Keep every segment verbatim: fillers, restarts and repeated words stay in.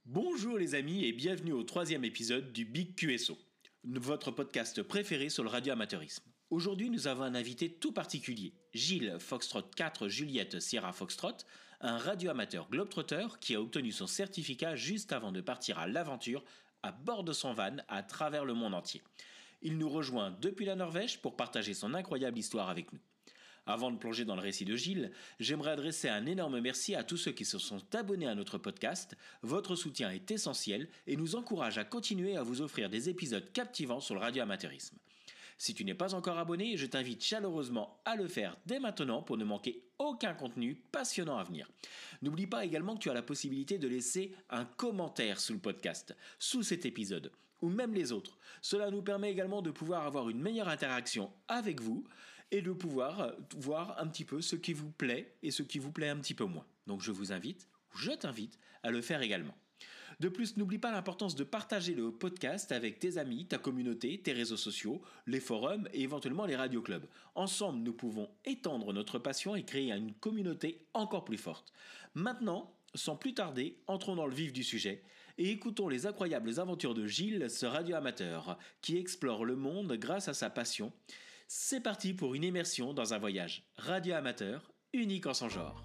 Bonjour les amis et bienvenue au troisième épisode du Big Q S O, votre podcast préféré sur le radioamateurisme. Aujourd'hui nous avons un invité tout particulier, Gilles Foxtrot quatre Juliette Sierra Foxtrot, un radioamateur globetrotter qui a obtenu son certificat juste avant de partir à l'aventure à bord de son van à travers le monde entier. Il nous rejoint depuis la Norvège pour partager son incroyable histoire avec nous. Avant de plonger dans le récit de Gilles, j'aimerais adresser un énorme merci à tous ceux qui se sont abonnés à notre podcast. Votre soutien est essentiel et nous encourage à continuer à vous offrir des épisodes captivants sur le radioamateurisme. Si tu n'es pas encore abonné, je t'invite chaleureusement à le faire dès maintenant pour ne manquer aucun contenu passionnant à venir. N'oublie pas également que tu as la possibilité de laisser un commentaire sous le podcast, sous cet épisode, ou même les autres. Cela nous permet également de pouvoir avoir une meilleure interaction avec vous et de pouvoir voir un petit peu ce qui vous plaît et ce qui vous plaît un petit peu moins. Donc je vous invite, ou je t'invite, à le faire également. De plus, n'oublie pas l'importance de partager le podcast avec tes amis, ta communauté, tes réseaux sociaux, les forums et éventuellement les radioclubs. Ensemble, nous pouvons étendre notre passion et créer une communauté encore plus forte. Maintenant, sans plus tarder, entrons dans le vif du sujet et écoutons les incroyables aventures de Gilles, ce radioamateur qui explore le monde grâce à sa passion. C'est parti pour une immersion dans un voyage radioamateur unique en son genre.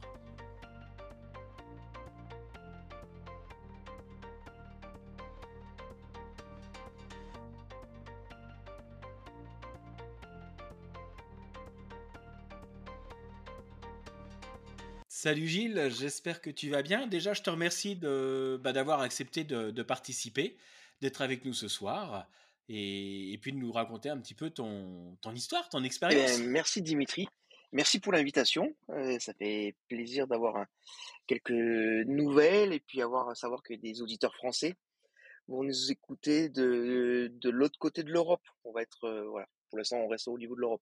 Salut Gilles, j'espère que tu vas bien. Déjà, je te remercie de, bah, d'avoir accepté de, de participer, d'être avec nous ce soir et, et puis de nous raconter un petit peu ton, ton histoire, ton Eh bien, expérience. merci Dimitri, merci pour l'invitation. Euh, ça fait plaisir d'avoir un- quelques nouvelles et puis avoir à savoir que des auditeurs français vont nous écouter de, de l'autre côté de l'Europe. On va être, euh, voilà, pour l'instant, on reste au niveau de l'Europe.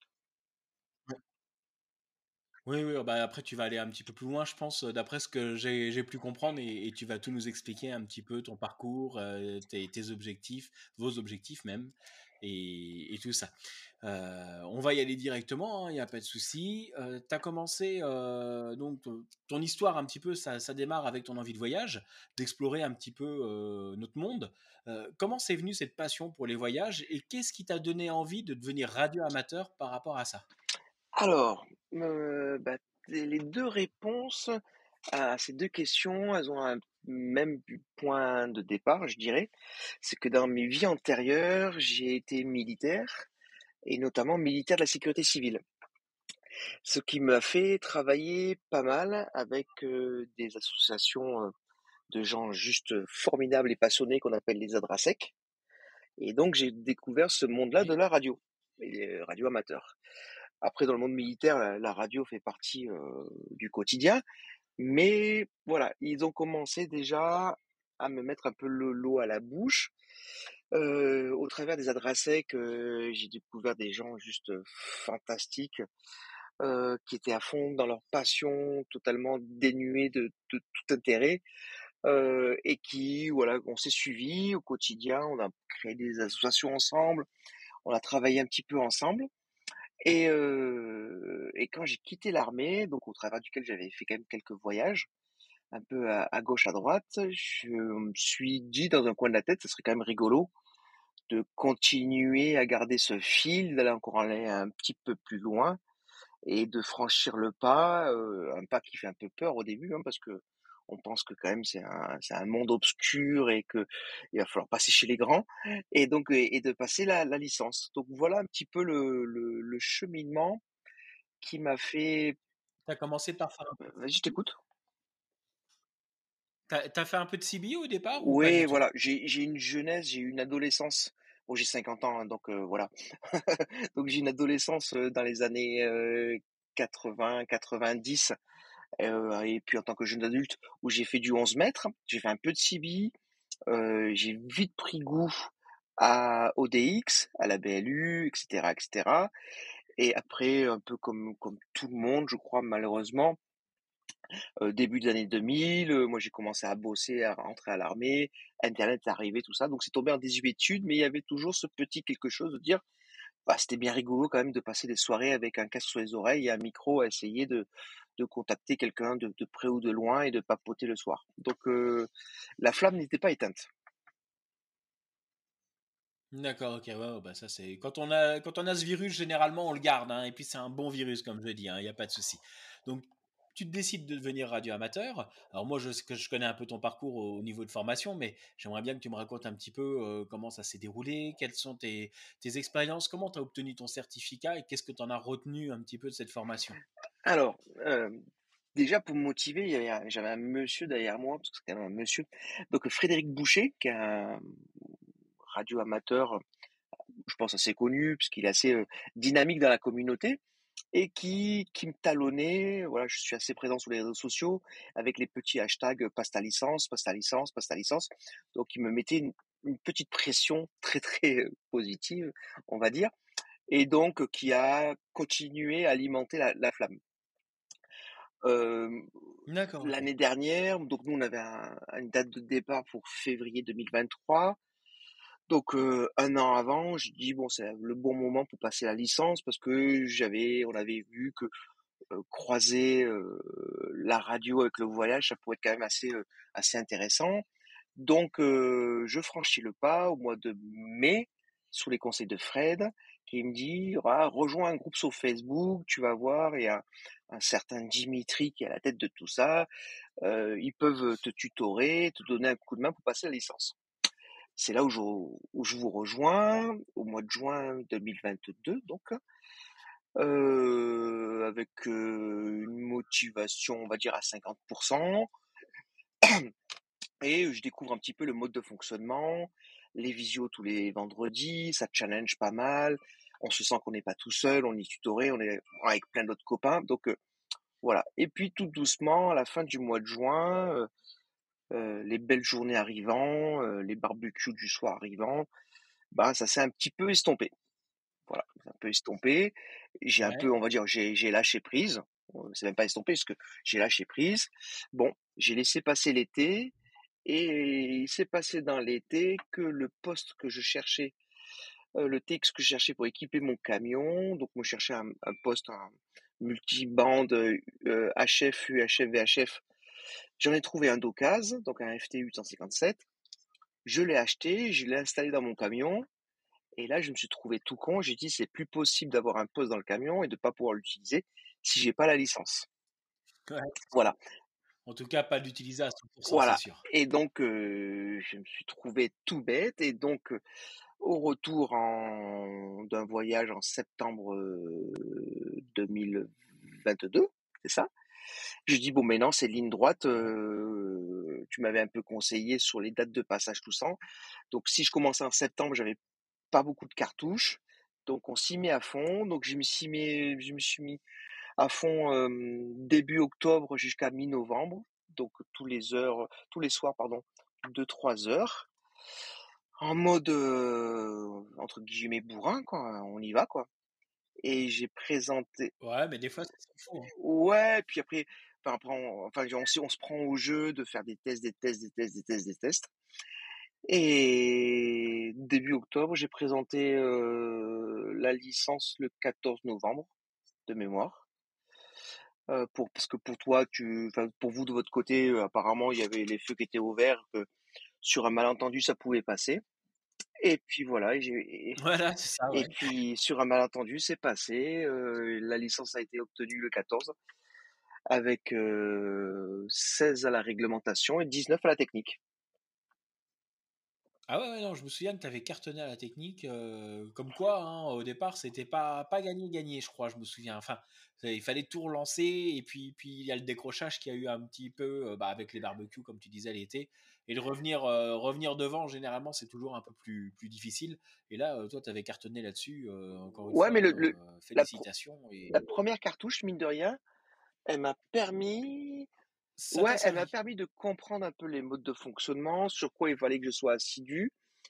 Oui, oui, bah après tu vas aller un petit peu plus loin, je pense, euh, d'après ce que j'ai j'ai pu comprendre, et, et tu vas tout nous expliquer un petit peu ton parcours, euh, tes, tes objectifs, vos objectifs même, et, et tout ça. Euh, on va y aller directement, il n'y a pas de souci. Euh, tu as commencé, euh, donc ton, ton histoire un petit peu, ça, ça démarre avec ton envie de voyage, d'explorer un petit peu euh, notre monde. Euh, comment c'est venu cette passion pour les voyages et qu'est-ce qui t'a donné envie de devenir radio-amateur par rapport à ça? Alors, euh, bah, les deux réponses à ces deux questions, elles ont un même point de départ, je dirais. C'est que dans mes vies antérieures, j'ai été militaire et notamment militaire de la sécurité civile. Ce qui m'a fait travailler pas mal avec euh, des associations euh, de gens juste formidables et passionnés qu'on appelle les ADRASEC. Et donc j'ai découvert ce monde-là de Oui. la radio, et les radios amateurs. Après, dans le monde militaire, la, la radio fait partie euh, du quotidien, mais voilà, ils ont commencé déjà à me mettre un peu le l'eau à la bouche. Euh, au travers des ADRASEC, euh, j'ai découvert des gens juste fantastiques, euh, qui étaient à fond dans leur passion, totalement dénués de, de tout intérêt, euh, et qui, voilà, on s'est suivis au quotidien, on a créé des associations ensemble, on a travaillé un petit peu ensemble, et, euh, et quand j'ai quitté l'armée, donc au travers duquel j'avais fait quand même quelques voyages, un peu à, à gauche, à droite, je me suis dit dans un coin de la tête, ce serait quand même rigolo de continuer à garder ce fil, d'aller encore aller un petit peu plus loin, et de franchir le pas, euh, un pas qui fait un peu peur au début, hein, parce que on pense que quand même c'est un, c'est un monde obscur et que il va falloir passer chez les grands, et donc et, et de passer la, la licence. Donc voilà un petit peu le, le, le cheminement qui m'a fait. Tu as commencé par faire un peu de Vas-y, je C B I? t'écoute. T'as, t'as fait un peu de C B I au départ ou pas Oui, du tout? voilà, j'ai j'ai une jeunesse, j'ai eu une adolescence. Bon, j'ai cinquante ans, hein, donc euh, voilà. Donc j'ai une adolescence euh, dans les années euh, quatre-vingts, quatre-vingt-dix. Euh, et puis en tant que jeune adulte, où j'ai fait du onze mètres, j'ai fait un peu de C B I, euh, j'ai vite pris goût à O D X, à la B L U, et cetera, et cetera. Et après, un peu comme comme tout le monde, je crois malheureusement, euh, début des années deux mille, euh, moi j'ai commencé à bosser, à rentrer à l'armée, Internet est arrivé, tout ça, donc c'est tombé en désuétude, mais il y avait toujours ce petit quelque chose de dire, bah, c'était bien rigolo quand même de passer des soirées avec un casque sur les oreilles et un micro à essayer de de contacter quelqu'un de de près ou de loin et de papoter le soir. Donc heu, la flamme n'était pas éteinte. D'accord, OK, ouais, ouais, bah, ça c'est quand on a quand on a ce virus, généralement, on le garde, hein, et puis c'est un bon virus comme je dis, hein, il y a pas de souci. Donc tu décides de devenir radioamateur. Alors moi, je sais que je connais un peu ton parcours au au niveau de formation, mais j'aimerais bien que tu me racontes un petit peu, heu, comment ça s'est déroulé, quelles sont tes tes expériences, comment tu as obtenu ton certificat et qu'est-ce que tu en as retenu un petit peu de cette formation? Alors, hem, déjà pour me motiver, il y avait un j'avais un monsieur derrière moi, parce que c'est quand même un monsieur, donc Frédéric Boucher, qui est un radioamateur, je pense assez connu, puisqu'il est assez, heu, dynamique dans la communauté et qui qui me talonnait. Voilà, je suis assez présent sur les réseaux sociaux avec les petits hashtags, passe ta licence, passe ta licence, passe ta licence. Donc il me mettait une une petite pression très, très, heu, positive, on va dire, et donc heu, qui a continué à alimenter la la flamme. Hem, D'accord, OK. L'année dernière, donc nous on avait un une date de départ pour février deux mille vingt-trois. Donc heu, un an avant, j'ai dit: «Bon, c'est le bon moment pour passer la licence», parce que j'avais on avait vu que, heu, croiser, heu, la radio avec le voyage, ça pourrait être quand même assez, heu, assez intéressant. Donc heu, je franchis le pas au mois de mai, sous les conseils de Fred, qui me dit: «Ah, rejoins un groupe sur Facebook, tu vas voir, il y a un certain Dimitri qui est à la tête de tout ça, heu, ils peuvent te tutorer, te donner un coup de main pour passer la licence». C'est là où je où je vous rejoins, au mois de juin deux mille vingt-deux donc, heu, avec, heu, une motivation, on va dire à cinquante, et je découvre un petit peu le mode de fonctionnement, les visios tous les vendredis, ça challenge pas mal. On se sent qu'on n'est pas tout seul, on est tutoré, on est avec plein d'autres copains, donc heu, voilà. Et puis tout doucement, à la fin du mois de juin, heu heu, les belles journées arrivant, heu, les barbecues du soir arrivant, bah, ça s'est un petit peu estompé. Voilà, c'est un peu estompé. J'ai un peu, Ouais, on va dire, j'ai j'ai lâché prise. Heu, c'est même pas estompé, parce que j'ai lâché prise. Bon, j'ai laissé passer l'été, et il s'est passé dans l'été que le poste que je cherchais, heu, le T X que je cherchais pour équiper mon camion, donc moi je cherchais un un poste en multibande, heu heu, H F, U H F, V H F. J'en ai trouvé un d'occasion, donc un F T huit cent cinquante-sept. Je l'ai acheté, je l'ai installé dans mon camion. Et là, je me suis trouvé tout con, j'ai dit: «C'est plus possible d'avoir un poste dans le camion et de pas pouvoir l'utiliser si j'ai pas la licence». ouais. Voilà, En tout cas, pas l'utiliser à cent pour cent, c'est voilà, sûr. et donc heu, je me suis trouvé tout bête, et donc heu, au retour en d'un voyage en septembre, heu, deux mille vingt-deux, c'est ça? Je dis: «Bon, maintenant c'est ligne droite, Ouais. heu, tu m'avais un peu conseillé sur les dates de passage, tout ça, donc si je commençais en septembre, j'avais pas beaucoup de cartouches, donc on s'y met à fond». Donc je me suis mis je me suis mis à fond, hem, début octobre jusqu'à mi-novembre, donc tous les heures tous les soirs, pardon, deux trois heures, en mode, heu, entre guillemets «bourrin», quoi, on y va, quoi. Et j'ai présenté, Ouais, mais des fois, c'est ce qu'il faut, hein. ouais, puis après, enfin après on enfin on se on se prend au jeu de faire des tests, des tests, des tests, des tests, des tests, et début octobre, j'ai présenté, heu, la licence le quatorze novembre, de mémoire. Heu, pour parce que pour toi, tu enfin, pour vous de votre côté, heu, apparemment, il y avait les feux qui étaient au vert, que sur un malentendu, ça pouvait passer, et puis voilà, et j'ai et Voilà, c'est ça, et ouais. puis sur un malentendu, c'est passé, heu, la licence a été obtenue le quatorze, avec, heu, seize à la réglementation et dix-neuf à la technique. Ah ouais, ouais, non, je me souviens que tu avais cartonné à la technique, heu, comme quoi, hein, au départ, c'était pas pas gagné-gagné, je crois, je me souviens. Enfin, c'est il fallait tout relancer et puis puis il y a le décrochage qu'il y a eu un petit peu, heu, bah, avec les barbecues, comme tu disais, l'été et de revenir, heu, revenir devant, généralement, c'est toujours un peu plus plus difficile et là, heu, toi, tu avais cartonné là-dessus, heu, encore une Ouais, mais fois, le le heu, la pre félicitations et la première cartouche, mine de rien, elle m'a permis ça t'a ouais, elle m'a servi. permis de comprendre un peu les modes de fonctionnement, sur quoi il fallait que je sois assidu.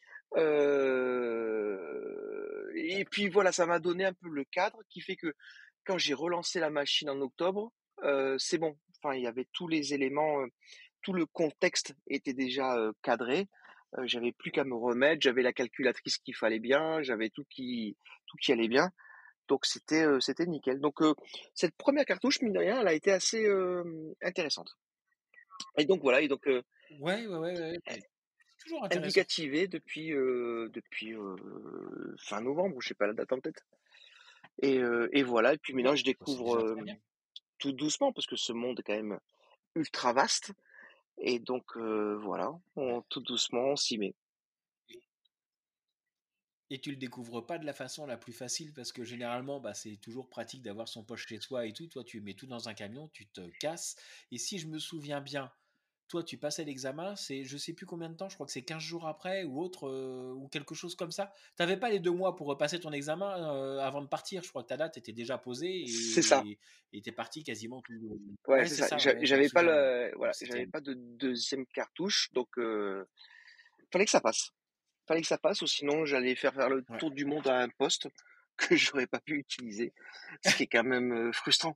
Heu et puis voilà, ça m'a donné un peu le cadre qui fait que quand j'ai relancé la machine en octobre, heu, c'est bon. Enfin, il y avait tous les éléments, heu, tout le contexte était déjà, heu, cadré. Heu, j'avais plus qu'à me remettre, j'avais la calculatrice qu'il fallait bien, j'avais tout qui tout qui allait bien. Donc c'était, heu, c'était nickel. Donc heu, cette première cartouche, mine de rien, elle a été assez, hem, intéressante et donc voilà et donc heu, Ouais, ouais, ouais, ouais, elle c'est toujours elle m'y intéressant. captivait depuis, heu, depuis, heu, fin novembre, je sais pas la date en tête et heu et voilà et puis Ouais, maintenant je bah, c'est découvre, déjà très bien. hem, tout doucement parce que ce monde est quand même ultra vaste et donc heu, voilà, Ouais. on tout doucement, on s'y met. Et et tu le découvres pas de la façon la plus facile parce que généralement, bah, c'est toujours pratique d'avoir son poche chez soi et tout. Toi, tu mets tout dans un camion, tu te casses et si je me souviens bien, toi, tu passais l'examen, c'est je sais plus combien de temps, je crois que c'est quinze jours après ou autre, heu, ou quelque chose comme ça? Tu avais pas les deux mois pour repasser ton examen, heu, avant de partir? Je crois que ta date était déjà posée C'est ça, et et tu es parti quasiment tout ouais, ouais, c'est c'est ça. ça, J'a ouais, ouais, je m'en j'avais pas souviens, ouais. le Donc voilà, c'était j'avais pas de deuxième cartouche donc heu, fallait que ça passe. Fallait que ça passe ou sinon j'allais faire faire le ouais. tour du monde à un poste que j'aurais pas pu utiliser, ce qui est quand même, heu, frustrant.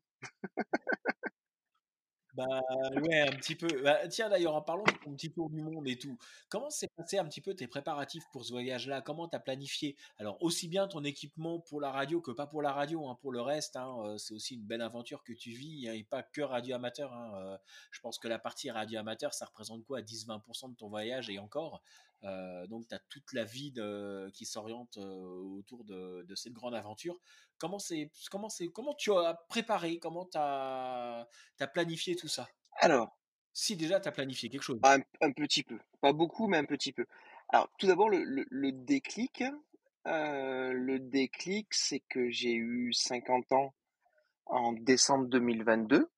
Bah, ouais, un petit peu. Bah, tiens, d'ailleurs, en parlant de ton petit tour du monde et tout, comment s'est passé un petit peu tes préparatifs pour ce voyage-là? Comment tu as planifié? Alors, aussi bien ton équipement pour la radio que pas pour la radio, hein, pour le reste, hein, heu, c'est aussi une belle aventure que tu vis, hein, et pas que radio amateur, hein, heu, je pense que la partie radio amateur, ça représente quoi? dix-vingt de ton voyage et encore. Heu, donc tu as toute la vie de qui s'oriente, heu, autour de de cette grande aventure. Comment c'est comment c'est comment tu as préparé? Comment tu as tu as planifié tout ça? Alors, Si déjà tu as planifié quelque chose. un un petit peu, pas beaucoup, mais un petit peu. Alors tout d'abord le le le déclic, heu, le déclic, c'est que j'ai eu cinquante ans en décembre deux mille vingt-deux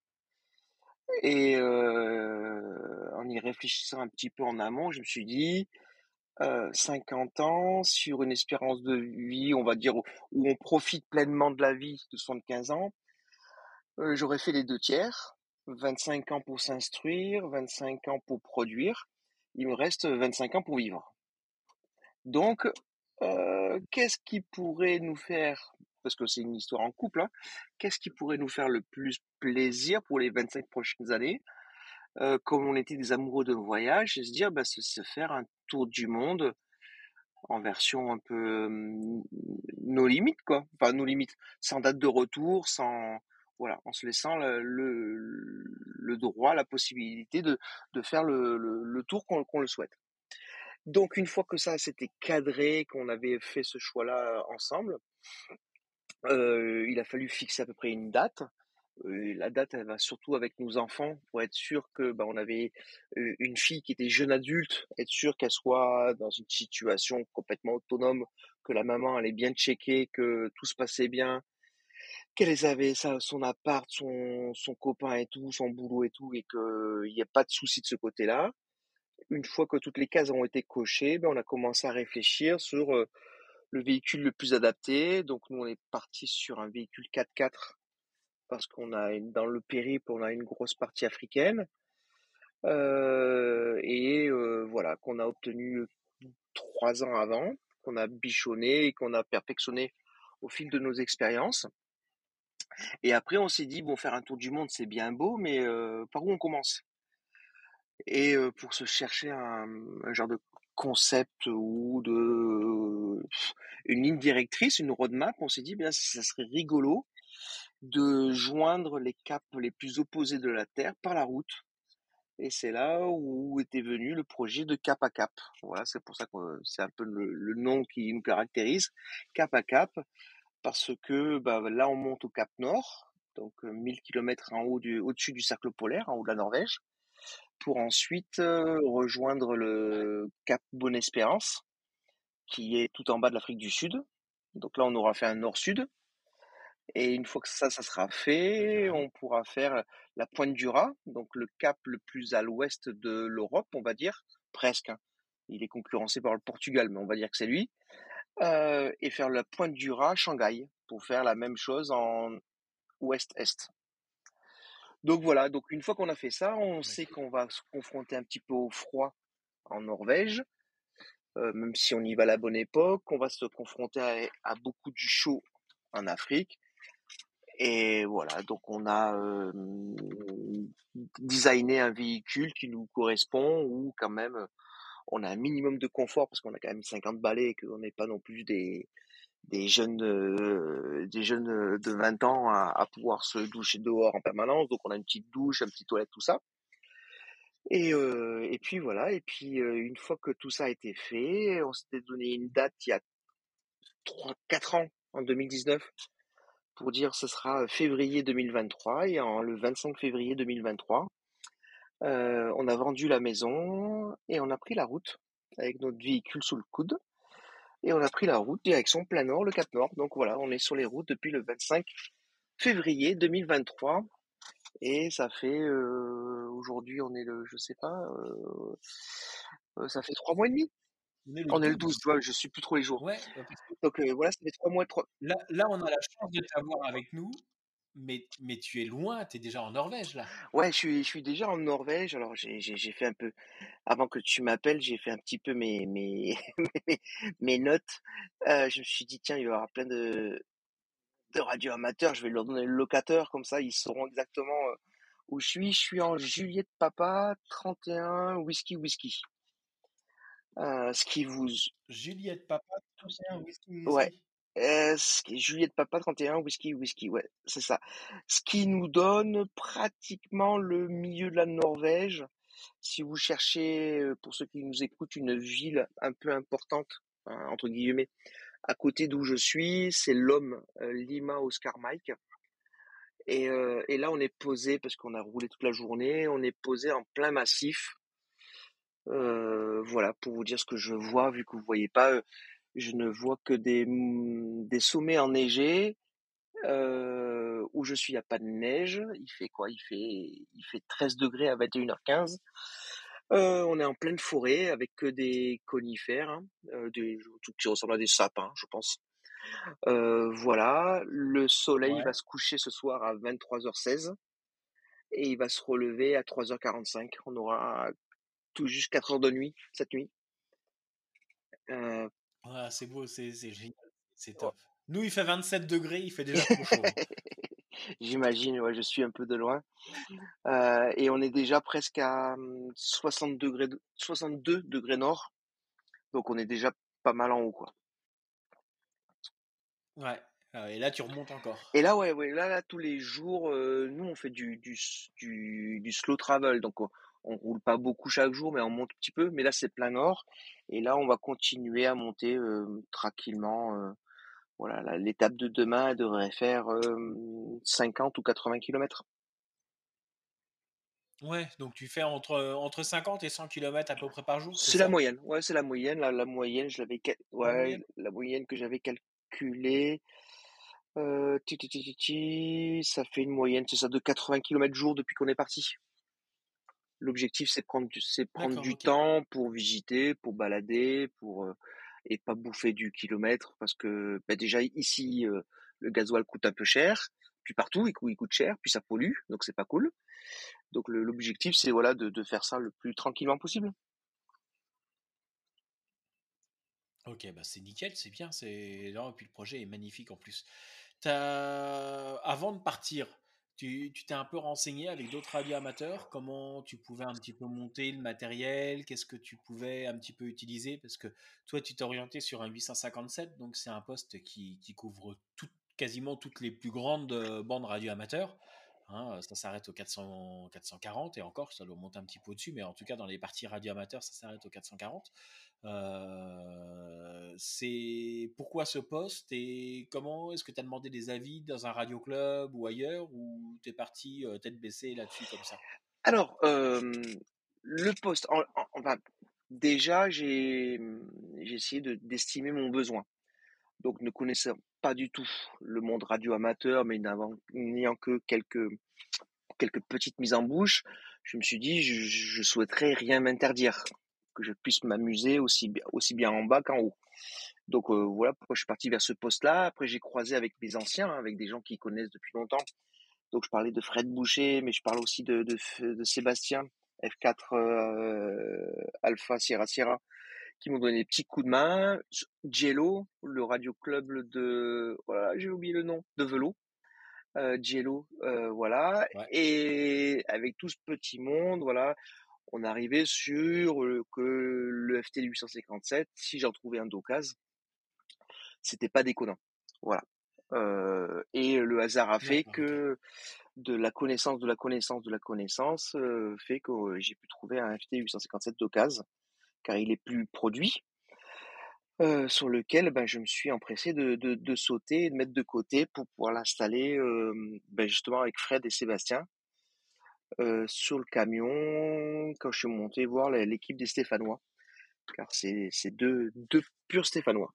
et heu, en y réfléchissant un petit peu en amont, je me suis dit: Heu, cinquante ans sur une espérance de vie, on va dire, où où on profite pleinement de la vie de soixante-quinze ans, heu, j'aurais fait les deux tiers, vingt-cinq ans pour s'instruire, vingt-cinq ans pour produire. Il me reste vingt-cinq ans pour vivre. Donc, heu, qu'est-ce qui pourrait nous faire parce que c'est une histoire en couple, hein, qu'est-ce qui pourrait nous faire le plus plaisir pour les vingt-cinq prochaines années? Heu, comme on était des amoureux de voyage, c'est se dire, bah, c'est se faire un tour du monde en version un peu, hem, nos limites quoi, enfin nos limites, sans date de retour, sans voilà, en se laissant le le le droit, la possibilité de de faire le le le tour qu'on qu'on le souhaite. Donc une fois que ça s'était cadré, qu'on avait fait ce choix-là ensemble, heu, il a fallu fixer à peu près une date. Heu, la date, elle va surtout avec nos enfants pour être sûr que, bah, on avait, heu, une fille qui était jeune adulte, être sûr qu'elle soit dans une situation complètement autonome, que la maman allait bien checker que tout se passait bien, qu'elle avait sa son appart, son son copain et tout, son boulot et tout et qu'il y a pas de souci de ce côté-là. Une fois que toutes les cases ont été cochées, ben, on a commencé à réfléchir sur, heu, le véhicule le plus adapté. Donc nous, on est parti sur un véhicule quatre-quatre parce qu'on a une dans le périple, on a une grosse partie africaine, heu et heu, voilà, qu'on a obtenu, trois ans avant, qu'on a bichonné et qu'on a perfectionné au fil de nos expériences et après on s'est dit: «Bon, faire un tour du monde, c'est bien beau, mais heu, par où on commence?» et heu, pour se chercher un, mmh, un genre de concept ou de une ligne directrice, une roadmap, on s'est dit: «Bien, ça serait rigolo de joindre les caps les plus opposés de la Terre par la route» et c'est là où était venu le projet de Cap à Cap. Voilà, c'est pour ça que, heu, c'est un peu le le nom qui nous caractérise, Cap à Cap, parce que, bah, là, on monte au Cap Nord, donc heu, mille kilomètres en haut du au-dessus du cercle polaire, en haut de la Norvège, pour ensuite, heu, rejoindre Ouais, le Cap Bonne-Espérance, qui est tout en bas de l'Afrique du Sud. Donc là, on aura fait un nord-sud. Et une fois que ça, ça sera ouais, fait, carrément. on pourra faire la pointe du Raz, donc le cap le plus à l'ouest de l'Europe, on va dire, presque, hein. Il est concurrencé par le Portugal, mais on va dire que c'est lui. Heu et faire la pointe du Raz, Shanghai, pour faire la même chose en ouest-est. Donc voilà, donc une fois qu'on a fait ça, on sait D'accord. qu'on va se confronter un petit peu au froid en Norvège, heu, même si on y va à la bonne époque. On va se confronter à à beaucoup du chaud en Afrique. Et voilà, donc on a, hem, designé un véhicule qui nous correspond où quand même, on a un minimum de confort parce qu'on a quand même cinquante balais et qu'on n'est pas non plus des des jeunes, heu, des jeunes, heu, de vingt ans à à pouvoir se doucher dehors en permanence. Donc on a une petite douche, un petit toilette, tout ça et heu et puis voilà et puis, heu, une fois que tout ça a été fait, on s'était donné une date il y a trois quatre ans, en deux mille dix-neuf, pour dire ce sera, heu, février deux mille vingt-trois et en le vingt-cinq février deux mille vingt-trois, heu, on a vendu la maison et on a pris la route avec notre véhicule sous le coude et on a pris la route direction plein nord, le Cap Nord. Donc voilà, on est sur les routes depuis le vingt-cinq février deux mille vingt-trois et ça fait, heu, aujourd'hui on est le je sais pas, heu heu, ça fait trois mois et demi. On est le On est le douze, douze. tu vois? Je suis plus trop les jours. Ouais, bah, parce que Donc heu, voilà, ça fait trois mois, trois là là, on a la chance de t'avoir avec nous, mais mais tu es loin, tu es déjà en Norvège, là. ouais, je suis je suis déjà en Norvège. Alors j'ai j'ai j'ai fait un peu avant que tu m'appelles, j'ai fait un petit peu mes mes mes mes notes. Heu, je me suis dit: «Tiens, il va y avoir plein de de radios amateurs, je vais leur donner le locateur, comme ça ils sauront exactement, heu, où je suis». Je suis en Juliette Papa trente et un Whisky Whisky. Heu, ce qui vous Juliette Papa, trente et un whisky ouais, whisky. heu, ce qui Juliette Papa trente et un Whisky Whisky, ouais, c'est ça. Ce qui nous donne pratiquement le milieu de la Norvège. Si vous cherchez, heu, pour ceux qui nous écoutent, une ville un peu importante, hein, entre guillemets, à côté d'où je suis, c'est Lom, heu, Lima Oscar Mike et heu et là, on est posé parce qu'on a roulé toute la journée, on est posé en plein massif. Heu, voilà, pour vous dire ce que je vois, vu que vous voyez pas, heu, je ne vois que des, mmh, des sommets enneigés. Heu, où je suis, il y a pas de neige. Il fait quoi? Il fait il fait treize degrés à vingt et une heures quinze. Heu, on est en pleine forêt avec que des conifères, hein, heu, des trucs qui ressemblent à des sapins, je pense. Heu, voilà, le soleil va Ouais. se coucher ce soir à vingt-trois heures seize et il va se relever à trois heures quarante-cinq. On aura tout juste quatre heures de nuit cette nuit. Heu, Ah, c'est beau, c'est c'est génial, c'est top. Nous, il fait vingt-sept degrés, il fait déjà trop chaud, hein. J'imagine, ouais, je suis un peu de loin. Heu et on est déjà presque à, mmh, soixante degrés de soixante-deux degrés nord, donc on est déjà pas mal en haut, quoi. Ouais, ah, et là, tu remontes encore. Et là, ouais, ouais, là là, tous les jours, heu, nous, on fait du du s du du slow travel, donc on on roule pas beaucoup chaque jour, mais on monte un petit peu. Mais là, c'est plein nord et là, on va continuer à monter, hem, tranquillement, heu, voilà, la l'étape de demain, elle devrait faire, hem, cinquante ou quatre-vingts kilomètres. Ouais, donc tu fais entre, entre cinquante et cent kilomètres à peu près par jour, c'est C'est la ça? moyenne, ouais, c'est la moyenne, la la moyenne, je l'avais cal La ouais, moyenne? la moyenne que j'avais calculée, heu, ti ti ti ti ti, ça fait une moyenne, c'est ça, de quatre-vingts kilomètres jour depuis qu'on est parti. L'objectif, c'est prendre du c'est prendre D'accord, du OK. temps pour visiter, pour balader, pour, heu et pas bouffer du kilomètre parce que, bah, déjà ici, heu, le gasoil coûte un peu cher, puis partout il coût il coûte cher, puis ça pollue, donc c'est pas cool. Donc le l'objectif, c'est voilà de de faire ça le plus tranquillement possible. OK, bah, c'est nickel, c'est bien, c'est non, et puis le projet est magnifique en plus. Tu Avant de partir, tu tu t'es un peu renseigné avec d'autres radios amateurs? Comment tu pouvais un petit peu monter le matériel? Qu'est-ce que tu pouvais un petit peu utiliser? Parce que toi, tu t'es orienté sur un huit cent cinquante-sept, donc c'est un poste qui qui couvre toutes quasiment toutes les plus grandes, heu, bandes radio amateurs, hein, ça s'arrête au quatre cents quatre cent quarante et encore, ça doit monter un petit peu au-dessus, mais en tout cas dans les parties radio amateurs, ça s'arrête au quatre cent quarante. Heu, c'est pourquoi ce poste et comment est-ce que tu as demandé des avis dans un radio club ou ailleurs ou tu es parti, heu, tête baissée là-dessus comme ça? Alors, hem, le poste en en enfin, déjà j'ai, mmh, j'ai essayé de d'estimer mon besoin. Donc ne connaissant pas du tout le monde radio amateur, mais n'avant n'ayant que quelques quelques petites mises en bouche, je me suis dit: «Je je souhaiterais rien m'interdire, que je puisse m'amuser aussi bien aussi bien en bas qu'en haut». Donc heu, voilà pourquoi je suis parti vers ce poste-là. Après j'ai croisé avec mes anciens, hein, avec des gens qui connaissent depuis longtemps. Donc je parlais de Fred Boucher, mais je parle aussi de de F de Sébastien, F quatre, heu, Alpha Sierra Sierra, qui m'ont donné des petits coups de main. S Jello, le radio club de voilà, j'ai oublié le nom, de Velo, heu, Jello, heu, voilà Ouais. et avec tout ce petit monde, voilà, on arrivait sur, heu, que le F T huit cent cinquante-sept, si j'en trouvais un d'occasion, c'était pas déconnant. Voilà. Heu et le hasard a fait D'accord, OK. que de la connaissance, de la connaissance, de la connaissance, heu, fait que, heu, j'ai pu trouver un F T huit cent cinquante-sept d'occasion, car il est plus produit, heu, sur lequel, bah, je me suis empressé de de de sauter et de mettre de côté pour pouvoir l'installer, hem, bah, justement avec Fred et Sébastien, heu, sur le camion quand je suis monté voir l'é l'équipe des Stéphanois, car c'est c'est deux deux purs Stéphanois.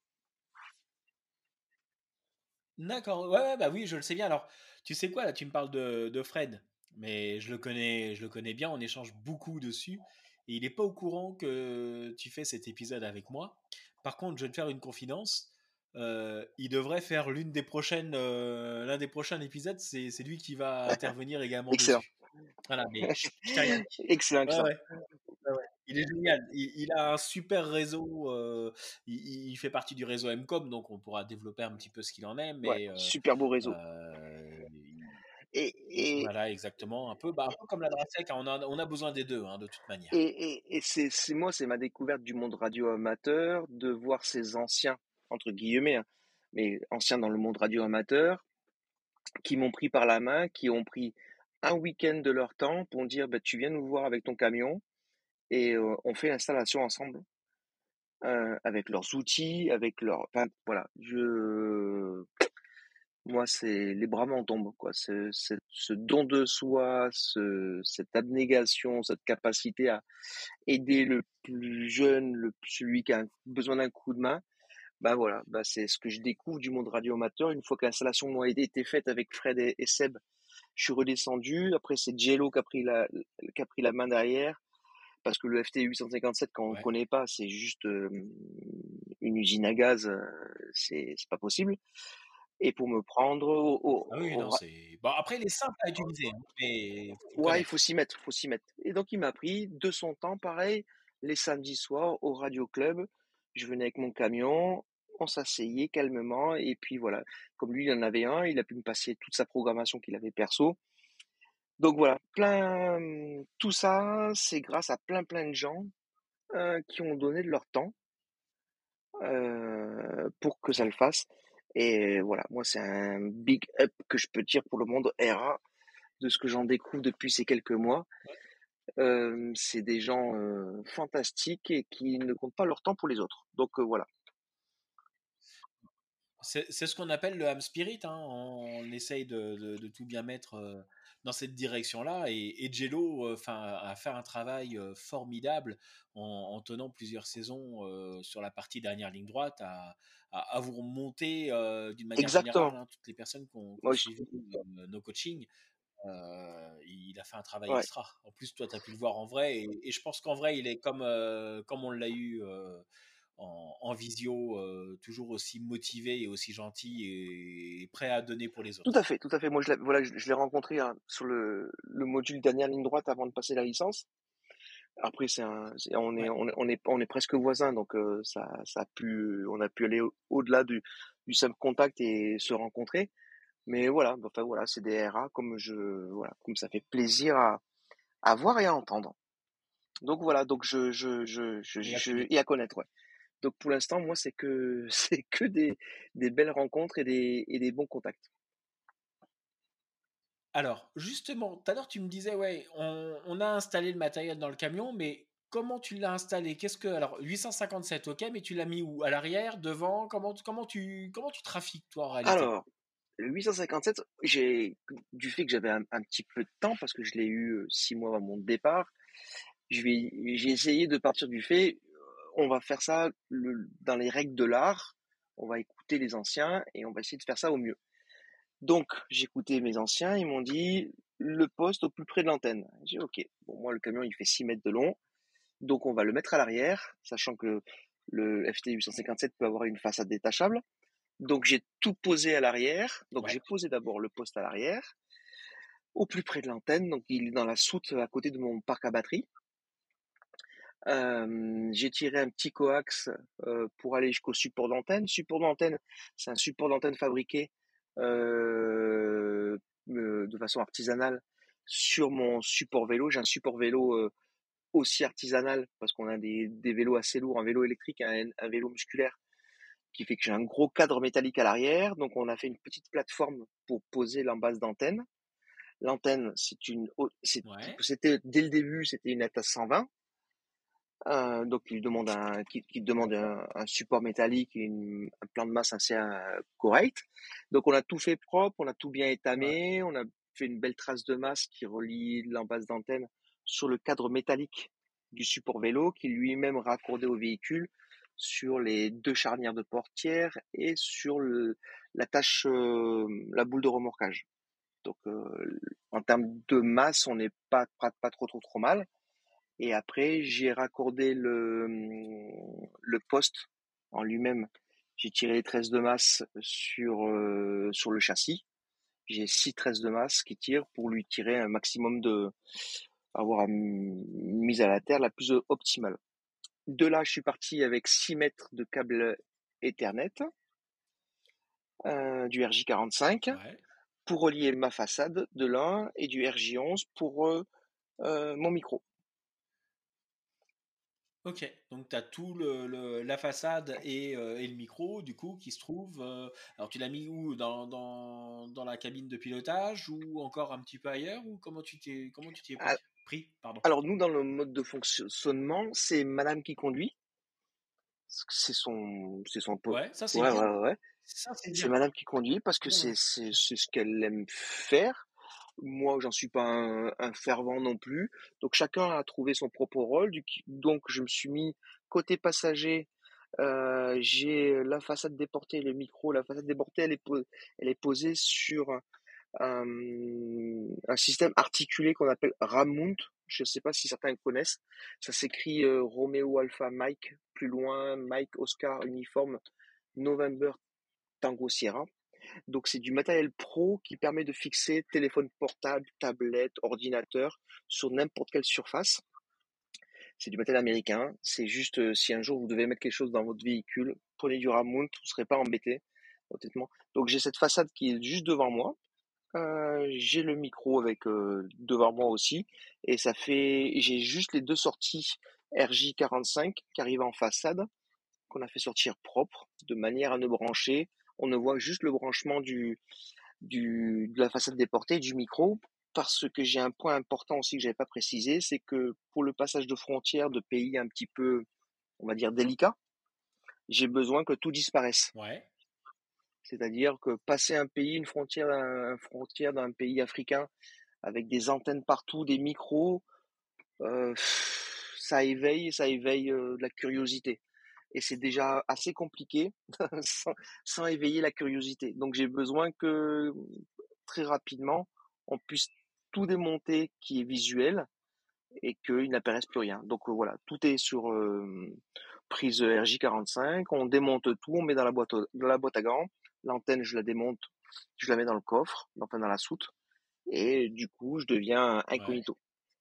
D'accord, ouais, ouais, bah, oui, je le sais bien. Alors, tu sais quoi? Là, tu me parles de de Fred, mais je le connais je le connais bien, on échange beaucoup dessus et il est pas au courant que tu fais cet épisode avec moi. Par contre, je vais te faire une confidence, heu, il devrait faire l'une des prochaines, heu, l'un des prochains épisodes, c'est c'est lui qui va intervenir également Excellent. dessus. Voilà, mais je je t'ai rien dit. Excellent, Ouais, excellent. ouais. Ouais, ouais. Il est génial. Il, il a un super réseau. Euh, il, il fait partie du réseau M COM, donc on pourra développer un petit peu ce qu'il en est. Ouais, Mais euh, super beau réseau euh, il- et et voilà, exactement. Un peu, bah, un peu comme la Drasec, hein, on a, on a besoin des deux, hein, de toute manière. et et et c'est c'est moi, c'est ma découverte du monde radio amateur, de voir ces «anciens» entre guillemets, hein, mais anciens dans le monde radio amateur, qui m'ont pris par la main, qui ont pris un week-end de leur temps pour me dire: «Bah, tu viens nous voir avec ton camion et heu, on fait l'installation ensemble», heu, avec leurs outils, avec leurs enfin voilà, je moi, c'est les bras m'en tombent, quoi. Ce cette ce don de soi, ce cette abnégation, cette capacité à aider le plus jeune, le celui qui a besoin d'un coup de main, bah, voilà, bah, c'est ce que je découvre du monde radio amateur. Une fois que l'installation a été faite avec Fred et et Seb, je suis redescendu. Après, c'est Jello qui a pris la qui a pris la main derrière parce que le F T huit cent cinquante-sept, quand on ne Ouais. connaît pas, c'est juste, hem, une usine à gaz, heu, c'est c'est pas possible et pour me prendre au au Ah oui, au non, c'est. Bon, après, il est simple à utiliser, hein, mais il faut ouais, il faut connaître. s'y mettre, faut s'y mettre. Et donc il m'a pris de son temps, pareil, les samedis soirs au Radio Club. Je venais avec mon camion, on s'asseyait calmement et puis voilà. Comme lui, il en avait un, il a pu me passer toute sa programmation qu'il avait perso. Donc voilà, plein, tout ça, c'est grâce à plein plein de gens euh, qui ont donné de leur temps euh, pour que ça le Ouais. fasse. Et voilà, moi c'est un big up que je peux dire pour le monde R A de ce que j'en découvre depuis ces quelques mois. Heu, c'est des gens, heu, fantastiques et qui ne comptent pas leur temps pour les autres. Donc, heu, voilà. C'est c'est ce qu'on appelle le ham spirit, hein. On essaye de, de- de tout bien mettre euh, dans cette direction-là. Et, et Jello, euh, enfin, a fait un travail euh, formidable en, en tenant plusieurs saisons euh, sur la partie dernière ligne droite à, à, à vous remonter euh, d'une manière générale, Exactement. hein, toutes les personnes qui ont, qui ont Moi je suivi euh, nos coachings. Euh, il a fait un travail ouais, extra. En plus, toi, tu as pu le voir en vrai. Et, et je pense qu'en vrai, il est comme, euh, comme on l'a eu euh, en, en visio, euh, toujours aussi motivé et aussi gentil et prêt à donner pour les tout à autres. fait, tout à fait. Moi je l'ai voilà, je je l'ai rencontré, hein, sur le le module dernière ligne droite avant de passer la licence. Après c'est un c'est on est Ouais. on est on est on est presque voisins donc, heu, ça ça a pu on a pu aller au au-delà du du simple contact et se rencontrer. Mais voilà, bah, enfin voilà, c'est des R A comme je voilà, comme ça fait plaisir à à voir et à entendre. Donc voilà, donc je je je je Et à je et connaître. à connaître, ouais. Donc pour l'instant, moi, c'est que c'est que des des belles rencontres et des et des bons contacts. Alors, justement, tout à l'heure, tu me disais, ouais, on, on a installé le matériel dans le camion, mais comment tu l'as installé? Qu'est-ce que. Alors, huit cent cinquante-sept, ok, mais tu l'as mis où? À l'arrière, devant? Comment, tu- comment, tu, comment tu trafiques, toi, en réalité? Alors, le huit cent cinquante-sept, j'ai du fait que j'avais un un petit peu de temps parce que je l'ai eu, heu, six mois avant mon départ, je vais j'ai essayé de partir du fait, heu, on va faire ça le dans les règles de l'art, on va écouter les anciens et on va essayer de faire ça au mieux. Donc j'ai écouté mes anciens, ils m'ont dit: «Le poste au plus près de l'antenne». J'ai dit: «OK». Bon, moi, le camion, il fait six mètres de long. Donc on va le mettre à l'arrière, sachant que le F T huit cent cinquante-sept peut avoir une façade détachable. Donc j'ai tout posé à l'arrière. Donc Ouais, j'ai posé d'abord le poste à l'arrière, au plus près de l'antenne. Donc il est dans la soute à côté de mon parc à batterie. Euh, j'ai tiré un petit coax euh, pour aller jusqu'au support d'antenne. Support d'antenne, c'est un support d'antenne fabriqué euh, euh, de façon artisanale sur mon support vélo. J'ai un support vélo euh, aussi artisanal parce qu'on a des, des vélos assez lourds, un vélo électrique, un, un vélo musculaire qui fait que j'ai un gros cadre métallique à l'arrière. Donc on a fait une petite plateforme pour poser l'embase d'antenne. L'antenne, c'est une, c'est, Ouais. c'était dès le début, c'était une Atas cent vingt. Euh, donc il demande un, qui, qui demande un, un support métallique et une, un plan de masse assez euh, correct. Donc on a tout fait propre, on a tout bien Ouais. étamé, on a fait une belle trace de masse qui relie l'embase d'antenne sur le cadre métallique du support vélo, qui lui-même raccordé au véhicule sur les deux charnières de portière et sur le, la tâche, euh, la boule de remorquage. Donc euh, en termes de masse, on n'est pas, pas pas trop trop trop mal. Et après, j'ai raccordé le, le poste en lui-même. J'ai tiré les tresses de masse sur, euh, sur le châssis. J'ai six tresses de masse qui tirent pour lui tirer un maximum de, avoir une mise à la terre la plus optimale. De là, je suis parti avec six mètres de câble Ethernet, euh, du R J quarante-cinq, Ouais. pour relier ma façade de l'un et du R J onze pour euh, euh, mon micro. Ok, donc tu as tout le, le- la façade et, euh, et le micro du coup qui se trouve. Euh, alors tu l'as mis où dans, dans, dans la cabine de pilotage ou encore un petit peu ailleurs ou comment tu t'es comment tu t'y es pris? Pris, pardon. Alors nous, dans le mode de fonctionnement, c'est madame qui conduit. C'est son, c'est son po- Ouais, ça c'est Ouais, bien. ouais, ouais, ouais. Ça c'est C'est bien. madame qui conduit parce que Bien, c'est, ouais. c'est, c'est ce qu'elle aime faire. Moi, j'en suis pas un, un fervent non plus. Donc chacun a trouvé son propre rôle. Du- Donc je me suis mis côté passager. Euh, j'ai la façade déportée, le micro. La façade déportée, elle est, po- elle est posée sur un, un système articulé qu'on appelle Ramount. Je ne sais pas si certains le connaissent. Ça s'écrit euh, Romeo Alpha Mike, plus loin Mike Oscar Uniforme November Tango Sierra. Donc c'est du matériel pro qui permet de fixer téléphone portable, tablette, ordinateur sur n'importe quelle surface. C'est du matériel américain. C'est juste euh, si un jour vous devez mettre quelque chose dans votre véhicule, prenez du Ramount, vous ne serez pas embêté, honnêtement. Donc j'ai cette façade qui est juste devant moi. Euh, j'ai le micro avec euh, devant moi aussi et ça fait j'ai juste les deux sorties R J quarante-cinq qui arrivent en façade qu'on a fait sortir propre de manière à ne brancher, on ne voit juste le branchement du, du de la façade déportée du micro parce que j'ai un point important aussi que j'avais pas précisé, c'est que pour le passage de frontières de pays un petit peu on va dire délicats, j'ai besoin que tout disparaisse. Ouais. C'est-à-dire que passer un pays, une frontière, une frontière d'un pays africain avec des antennes partout, des micros, euh, ça éveille, ça éveille euh, de la curiosité. Et c'est déjà assez compliqué sans, sans éveiller la curiosité. Donc j'ai besoin que très rapidement, on puisse tout démonter qui est visuel et qu'il n'apparaisse plus rien. Donc euh, voilà, tout est sur euh, prise R J quarante-cinq, on démonte tout, on met dans la boîte, dans la boîte à gants, l'antenne je la démonte, je la mets dans le coffre, enfin dans la soute, et du coup je deviens Ouais. incognito.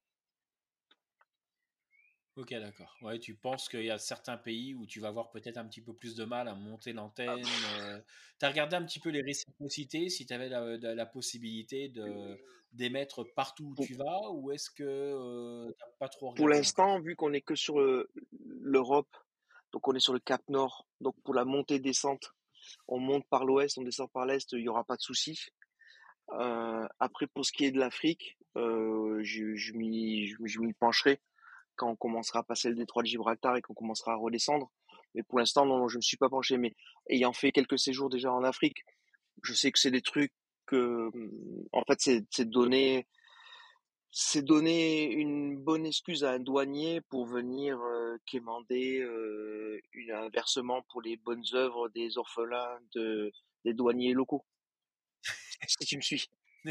Ok, d'accord. Ouais, tu penses qu'il y a certains pays où tu vas avoir peut-être un petit peu plus de mal à monter l'antenne. Euh... Tu as regardé un petit peu les réciprocités, si tu avais la, la- la possibilité de d'émettre partout où Pour, tu vas, ou est-ce que euh, t'as pas trop pour regardé l'instant, encore? vu qu'on est que sur le- l'Europe, donc on est sur le Cap Nord, donc pour la montée-descente, on monte par l'ouest, on descend par l'est, il n'y aura pas de souci. Euh, après, pour ce qui est de l'Afrique, euh, je, je m'y je, je m'y pencherai quand on commencera à passer le détroit de Gibraltar et qu'on commencera à redescendre. Mais pour l'instant, non, je ne me suis pas penché. Mais ayant fait quelques séjours déjà en Afrique, je sais que c'est des trucs que, en fait, c'est c'est donner, c'est donner une bonne excuse à un douanier pour venir euh, quémander euh, une, un versement pour les bonnes œuvres des orphelins de, des douaniers locaux. Si tu me suis.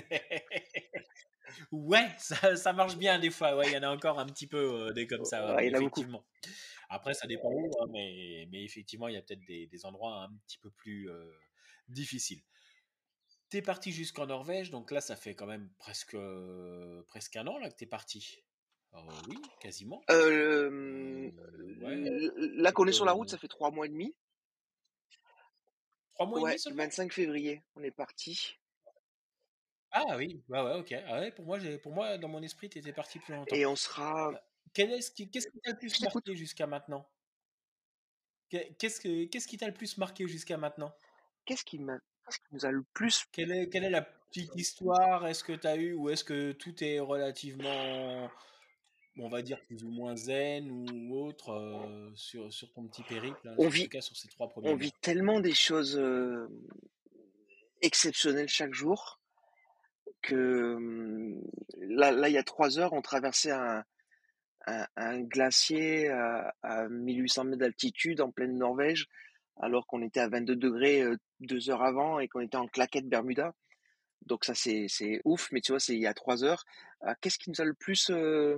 Ouais, ça, ça marche bien des fois. Ouais, il y en a encore un petit peu euh, des comme ça, Ouais, ouais, il y en a beaucoup. effectivement. Après, ça dépend où, hein, mais, mais effectivement, il y a peut-être des, des endroits un petit peu plus euh, difficiles. T'es parti jusqu'en Norvège, donc là, ça fait quand même presque, euh, presque un an là que t'es parti. Euh, oui, quasiment. Euh, Euh, ouais, là qu'on est sur la route, quelques... ça fait trois mois et demi. trois mois et demi Ouais, seulement? vingt-cinq février, on est parti. Ah oui, ouais, ouais, ok. Ah ouais, pour moi, j'ai, pour moi, dans mon esprit, t'étais parti plus longtemps. Et on sera. Euh, quel est ce qui, qu'est-ce qui t'a le plus Je t'écoute. marqué jusqu'à maintenant? Qu'est qu'est-ce que qu'est-ce qui t'a le plus marqué jusqu'à maintenant? Qu'est-ce qui m'a qu'est-ce qui nous a le plus Quelle est quelle est la petite histoire? Est-ce que tu as eu ou est-ce que tout est relativement, on va dire, plus ou moins zen ou autre, heu, sur sur ton petit périple, là, on en tout vit cas sur ces trois premiers on vit mois? tellement des choses, heu, exceptionnelles chaque jour que, hem, là là, il y a trois heures, on traversait un un un glacier à à mille huit cents mètres d'altitude en pleine Norvège, alors qu'on était à vingt-deux degrés heu, deux heures avant et qu'on était en claquettes Bermuda. Donc ça, c'est c'est ouf, mais tu vois, c'est il y a trois heures. Heu, qu'est-ce qui nous a le plus, heu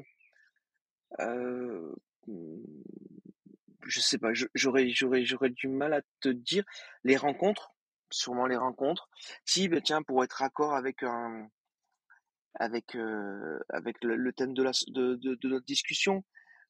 heu, mmh, je sais pas, je j'aurais j'aurais j'aurais du mal à te dire. Les rencontres, sûrement les rencontres. Si, beh, tiens, pour être raccord avec un avec, heu, avec le le thème de la s de de de notre discussion,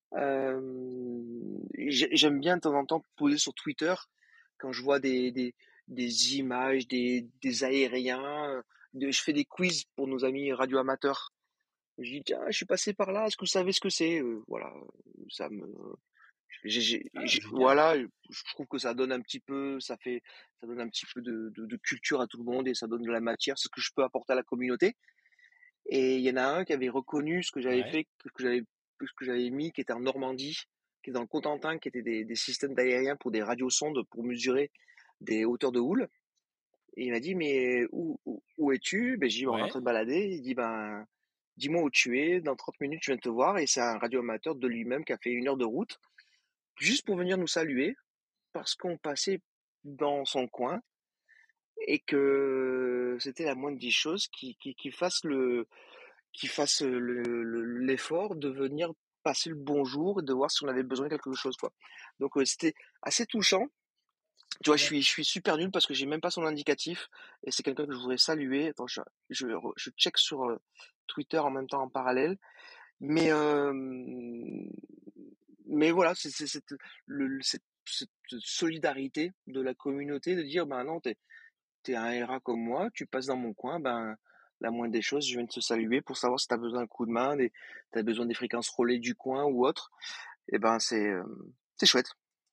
hem, j'ai j'aime bien de temps en temps poser sur Twitter quand je vois des des des images, des des aériens, heu, de je fais des quiz pour nos amis radioamateurs. Je dis: «Tiens, je suis passé par là, est-ce que vous savez ce que c'est?» Heu, voilà, heu, ça me j'ai j'ai Ah j'ai génial! voilà, je trouve que ça donne un petit peu ça fait ça donne un petit peu de de de culture à tout le monde et ça donne de la matière, c'est ce que je peux apporter à la communauté et il y en a un qui avait reconnu ce que j'avais Ouais, fait, que que j'avais ce que j'avais mis, qui était en Normandie, qui est dans le Cotentin, qui était des des systèmes d'aériens pour des radiosondes pour mesurer des hauteurs de houle et il m'a dit: «Mais où où où es-tu?» Ben, j'ai dit: «Ben, on est en train ouais. de balader». Il dit: «Ben, dis-moi où tu es, dans trente minutes, je viens te voir» et c'est un radioamateur de lui-même qui a fait une heure de route, juste pour venir nous saluer, parce qu'on passait dans son coin et que c'était la moindre des choses qu'il qu'il qu'il fasse le qu'il fasse, le le l'effort de venir passer le bonjour et de voir si on avait besoin de quelque chose, quoi. Donc, heu, c'était assez touchant. Tu vois, je suis je suis super nul parce que j'ai même pas son indicatif et c'est quelqu'un que je voudrais saluer. Attends, je je re je check sur, heu, Twitter en même temps en parallèle. Mais, hem, mais voilà, c'est c'est cette le le cette cette solidarité de la communauté de dire: «Ben non, tu es un R A comme moi, tu passes dans mon coin, ben, la moindre des choses, je viens de te saluer pour savoir si tu as besoin d'un coup de main, des tu as besoin des fréquences relais du coin ou autre» et ben, c'est, hem, c'est chouette.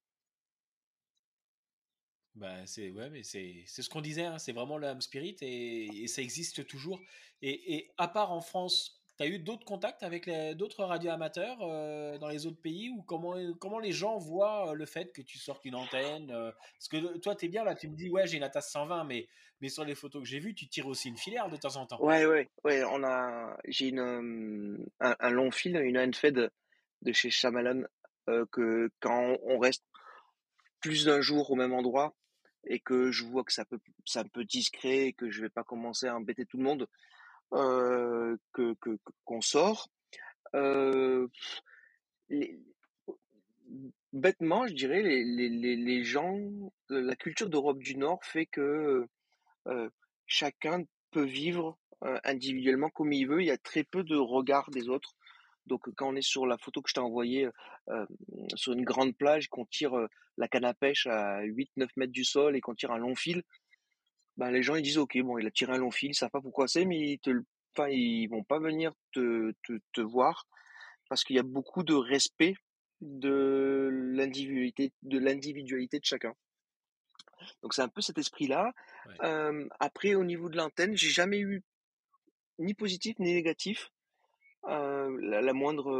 Bah, c'est ouais, mais c'est c'est ce qu'on disait, hein, c'est vraiment le ham spirit et et ça existe toujours et et à part en France, tu as eu d'autres contacts avec les d'autres radioamateurs, heu, dans les autres pays ou comment, comment les gens voient, heu, le fait que tu sortes une antenne, heu? Parce que toi, tu es bien là, tu me dis: «Ouais, j'ai une Atas cent vingt» mais mais sur les photos que j'ai vues, tu tires aussi une filaire de temps en temps? Ouais, ouais, ouais, on a j'ai une, hem, un un long fil, une handfed de chez Shyamalan, heu, que quand on reste plus d'un jour au même endroit et que je vois que ça peut c'est un peu discret et que je vais pas commencer à embêter tout le monde, heu, que que que qu'on sort. Heu, les bêtement, je dirais, les les les les gens, de la culture d'Europe du Nord fait que, heu chacun peut vivre, heu, individuellement comme il veut. Il y a très peu de regard des autres. Donc, quand on est sur la photo que je t'ai envoyée, heu, hem, sur une grande plage, qu'on tire, heu, la canne à pêche à huit neuf mètres du sol et qu'on tire un long fil, ben, les gens ils disent: «OK, bon, il a tiré un long fil», ils savent pas pourquoi c'est, mais ils te le enfin, ils vont pas venir te te te voir parce qu'il y a beaucoup de respect de l'individualité de l'individualité de chacun. Donc c'est un peu cet esprit-là. Ouais. Hem, après au niveau de l'antenne, j'ai jamais eu ni positif ni négatif, heu, la la moindre,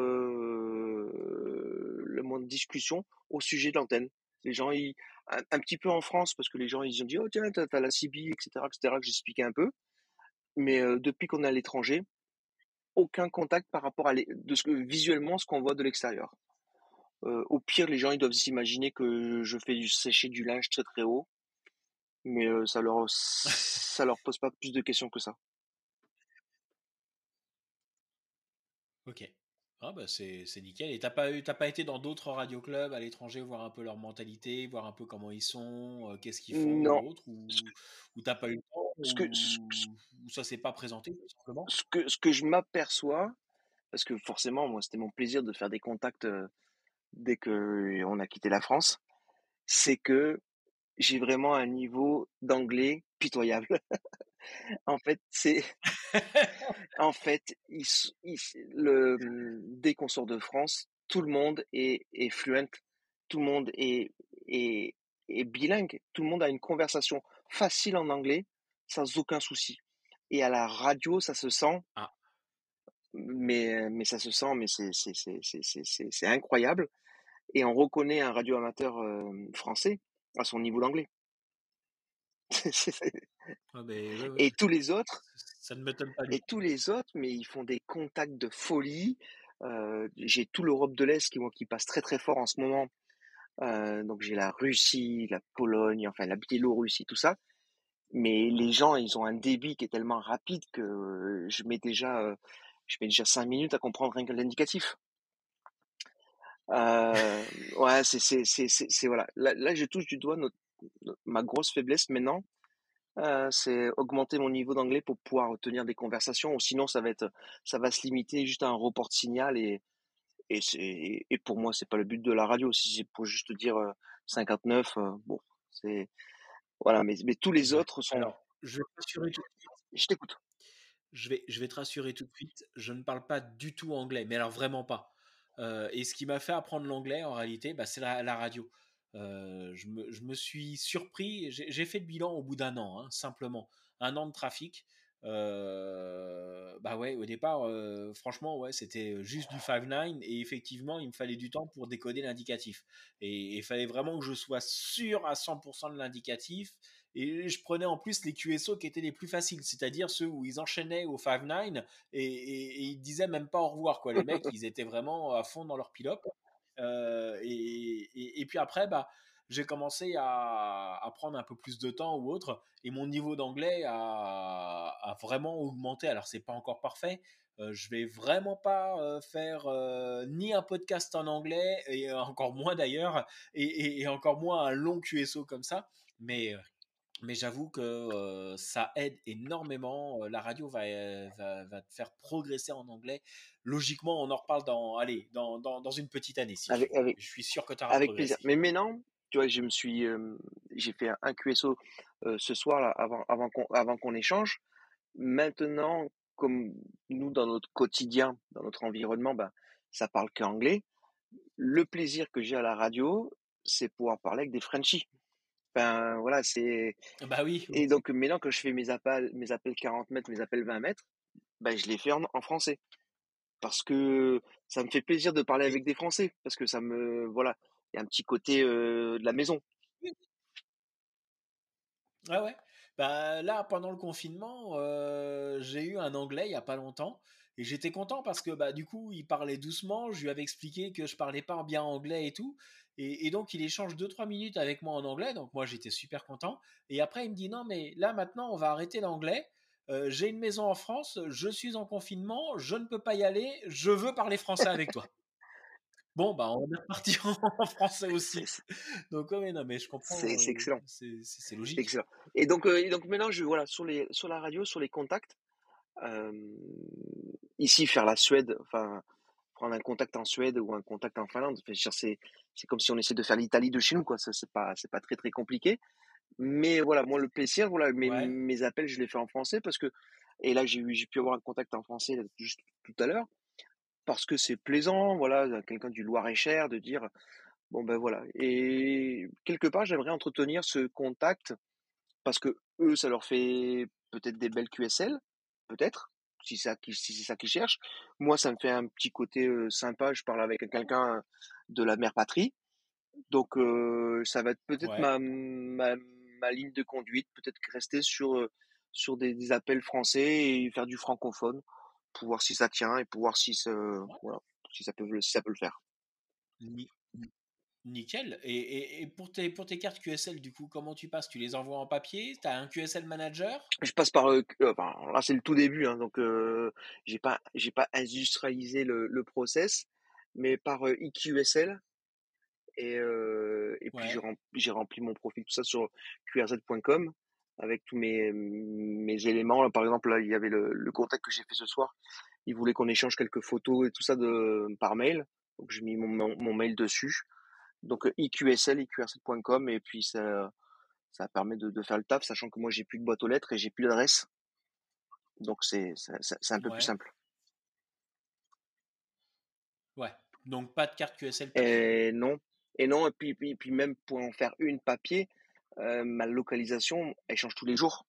heu, la moindre discussion au sujet de l'antenne. Les gens ils un un petit peu en France parce que les gens ils ont dit: «Oh tiens, tu as tu as la C B et cetera et cetera», que j'expliquais un peu. Mais, heu, depuis qu'on est à l'étranger, aucun contact par rapport à l'é de ce que visuellement, ce qu'on voit de l'extérieur. Heu, au pire, les gens ils doivent s'imaginer que je fais du sécher du linge très, très haut, mais, heu, ça leur ça leur pose pas plus de questions que ça. OK. Ah bah, c'est c'est nickel et t'as pas eu tu pas été dans d'autres radio clubs à l'étranger, voir un peu leur mentalité, voir un peu comment ils sont, heu, qu'est-ce qu'ils font Non, ou autre? ce Ou ou tu pas eu le temps ce que ce ce ou ou ça s'est pas présenté tout simplement? ce que ce que je m'aperçois, parce que forcément, moi, c'était mon plaisir de faire des contacts, heu, dès qu'on a quitté la France, c'est que j'ai vraiment un niveau d'anglais pitoyable. En fait, c'est en fait, ils s ils s le, mmh, dès qu'on sort de France, tout le monde est est fluent, tout le monde est est est bilingue. Tout le monde a une conversation facile en anglais, sans aucun souci. Et à la radio, ça se sent, Ah, mais mais ça se sent, mais c'est c'est c'est c'est c'est c'est c'est incroyable et on reconnaît un radio amateur, hem, français à son niveau d'anglais. C'est c'est ah beh, ouais, ouais, et tous les autres ç ça ne m'étonne pas du et tout. tous les autres, mais ils font des contacts de folie. Heu, j'ai tout l'Europe de l'Est qui moi qui passe très, très fort en ce moment. Heu, donc j'ai la Russie, la Pologne, enfin la Biélorussie, tout ça. Mais les gens, ils ont un débit qui est tellement rapide que, heu, je mets déjà, heu, je mets déjà cinq minutes à comprendre rien que l'indicatif. Heu, ouais, c'est c'est c'est c'est c'est voilà, là là je touche du doigt notre no ma grosse faiblesse maintenant, heu, c'est augmenter mon niveau d'anglais pour pouvoir tenir des conversations ou sinon ça va être ça va se limiter juste à un report de signal et et c'est et pour moi, c'est pas le but de la radio. Si c'est pour juste dire, heu, cinquante-neuf, heu, bon, c'est voilà, mais mais tous les Ouais. autres sont Alors, je vais te rassurer tout de suite, je t'écoute. je vais je vais te rassurer tout de suite, je ne parle pas du tout anglais, mais alors vraiment pas. Heu et ce qui m'a fait apprendre l'anglais en réalité, bah, c'est la la radio. Heu, je me je me suis surpris, j'ai j'ai fait le bilan au bout d'un an, hein, simplement. Un an de trafic. Heu, bah, ouais, au départ, heu, franchement, ouais, c'était juste du five nine et effectivement, il me fallait du temps pour décoder l'indicatif et il fallait vraiment que je sois sûr à cent pour cent de l'indicatif et je prenais en plus les Q S O qui étaient les plus faciles, c'est-à-dire ceux où ils enchaînaient au five nine et, et, et ils disaient même pas au revoir, quoi. Les mecs, ils étaient vraiment à fond dans leur pilote. Euh, et, et, et, puis après, bah, j'ai commencé à, à, prendre un peu plus de temps ou autre, et mon niveau d'anglais a, a, vraiment augmenté. Alors, c'est pas encore parfait. Euh, je vais vraiment pas euh, faire euh, ni un podcast en anglais, et encore moins d'ailleurs, et, et, et encore moins un long Q S O comme ça. Mais mais j'avoue que euh, ça aide énormément. Euh, La radio va, euh, va, va te faire progresser en anglais. Logiquement, on en reparle dans, allez, dans, dans, dans une petite année, si tu Avec veux. avec Je suis sûr que tu auras avec plaisir. progressé. Mais maintenant, tu vois, je me suis, hem, j'ai fait un un Q S O, heu, ce soir là, avant avant qu'on avant qu'on échange. Maintenant, comme nous, dans notre quotidien, dans notre environnement, ben, ça parle qu'anglais. Le plaisir que j'ai à la radio, c'est pouvoir parler avec des Frenchies. Enfin, voilà, c'est Bah oui, et oui. donc maintenant quand je fais mes appels mes appels quarante mètres, mes appels vingt mètres, ben je les fais en en français. Parce que ça me fait plaisir de parler Et- avec des Français, parce que ça me voilà, il y a un petit côté, heu, de la maison. Ah ouais. Bah là, pendant le confinement, euh, j'ai eu un anglais il y a pas longtemps. Et j'étais content parce que bah, du coup, il parlait doucement. Je lui avais expliqué que je parlais pas bien anglais et tout. Et, et donc, il échange deux trois minutes avec moi en anglais. Donc, moi, j'étais super content. Et après, il me dit non, mais là, maintenant, on va arrêter l'anglais. Euh, j'ai une maison en France. Je suis en confinement. Je ne peux pas y aller. Je veux parler français avec toi. Bon, bah, on est reparti en français C'est aussi. c'est Donc, ouais, non, mais je c'est comprends. c'est euh, excellent, c'est c'est- c'est c'est logique. excellent et donc heu et donc maintenant je voilà, sur les sur la radio, sur les contacts, hem, ici faire la Suède, enfin, prendre un contact en Suède ou un contact en Finlande, enfin, je veux dire c'est c'est comme si on essaie de faire l'Italie de chez nous, quoi. Ça c'est pas c'est pas très, très compliqué. Mais voilà, moi le plaisir, voilà, mes Ouais. mes appels, je les fais en français parce que et là j'ai eu j'ai pu avoir un contact en français là, juste tout à l'heure. Parce que c'est plaisant, voilà, quelqu'un du Loir-et-Cher de dire: «Bon, ben, voilà» et quelque part, j'aimerais entretenir ce contact parce que eux, ça leur fait peut-être des belles Q S L, peut-être, si ça qui si c'est ça qu'ils cherchent. Moi, ça me fait un petit côté, heu, sympa, je parle avec quelqu'un de la mère patrie, donc heu, ça va être peut-être Ouais. ma ma ma ligne de conduite, peut-être que rester sur, heu, sur des des appels français et faire du francophone pour voir si ça tient et pour voir si ce voilà, si ça peut le si ça peut le faire. Ni- Nickel. Et, et- et pour tes, pour tes cartes Q S L, du coup, comment tu passes? Tu les envoies en papier? Tu as un Q S L manager? Je passe par, heu, q enfin, là, c'est le tout début, hein, donc heu, j'ai pas j'ai pas industrialisé le le process, mais par, heu, I Q S L et heu et puis j'ai Ouais. rem j'ai rempli mon profil, tout ça sur Q R Z point com avec tous mes mes éléments. Là, par exemple, là, il y avait le le contact que j'ai fait ce soir. Il voulait qu'on échange quelques photos et tout ça de par mail, donc j'ai mis mon mon mon mail dessus. Donc, heu, I Q S L, I Q R Z point com et puis ça ça permet de de faire le taf, sachant que moi j'ai plus de boîte aux lettres et j'ai plus d'adresse. Donc c'est c'est c'est c'est un peu plus Ouais. simple. Ouais. Donc pas de carte Q S L papier. Et non, Et non, et puis puis puis même pour en faire une papier, heu, ma localisation, elle change tous les jours.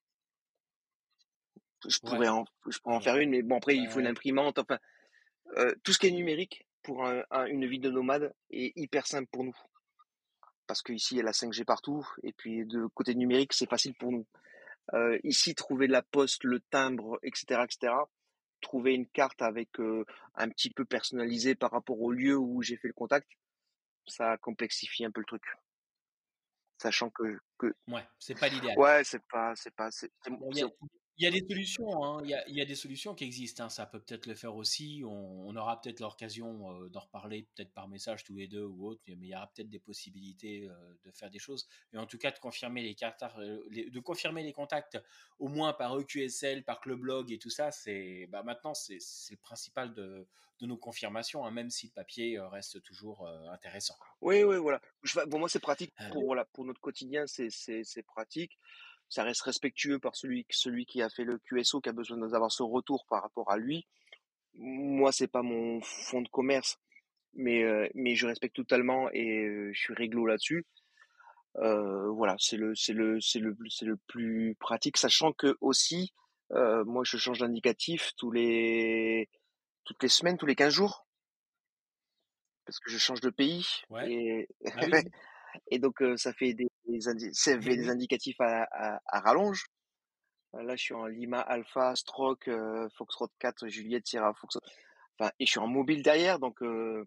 Je Ouais, pourrais en je pourrais en ouais, faire une, mais bon après il faut une heu, imprimante, enfin, heu, tout ce qui est numérique pour un un une vie de nomade est hyper simple pour nous. Parce qu'ici il y a la cinq G partout et puis de côté numérique, c'est facile pour nous. Heu, ici trouver la poste, le timbre et cetera et cetera, trouver une carte avec, heu, un petit peu personnalisé par rapport au lieu où j'ai fait le contact, ça complexifie un peu le truc. Sachant que que mouais, c'est pas l'idéal. ouais, c'est pas c'est pas c'est c'est Bon, il y c'est a il y a des solutions, hein, il y a il y a des solutions qui existent, hein, ça peut peut-être le faire aussi. On on aura peut-être l'occasion, heu, d'en reparler peut-être par message tous les deux ou autre, mais il y aura peut-être des possibilités, heu, de faire des choses. Mais en tout cas de confirmer les cartars, heu, les de confirmer les contacts au moins par E Q S L, par Clublog et tout ça, c'est bah, maintenant c'est c'est le principal de de nos confirmations, hein, même si le papier, heu, reste toujours, heu, intéressant. oui, oui, voilà. Je Pour moi, c'est pratique pour, Heu, voilà, pour notre quotidien, c'est c'est c'est pratique. Ça reste respectueux par celui celui qui a fait le Q S O, qui a besoin d'avoir son retour par rapport à lui. Moi, c'est pas mon fonds de commerce, mais heu, mais je respecte totalement et heu, je suis réglo là-dessus. Heu, voilà, c'est le c'est le c'est le c'est le plus pratique, sachant que aussi, heu, moi, je change d'indicatif tous les toutes les semaines, tous les quinze jours, parce que je change de pays ouais. et Bah, oui, oui. et donc heu, ça fait des des indi ça Eh fait des oui. indicatifs à à à rallonge. Heu, là, je suis en Lima Alpha, Stroke, heu, Foxtrot quatre, Juliette, Sierra Fox, enfin, et je suis en mobile derrière, donc heu,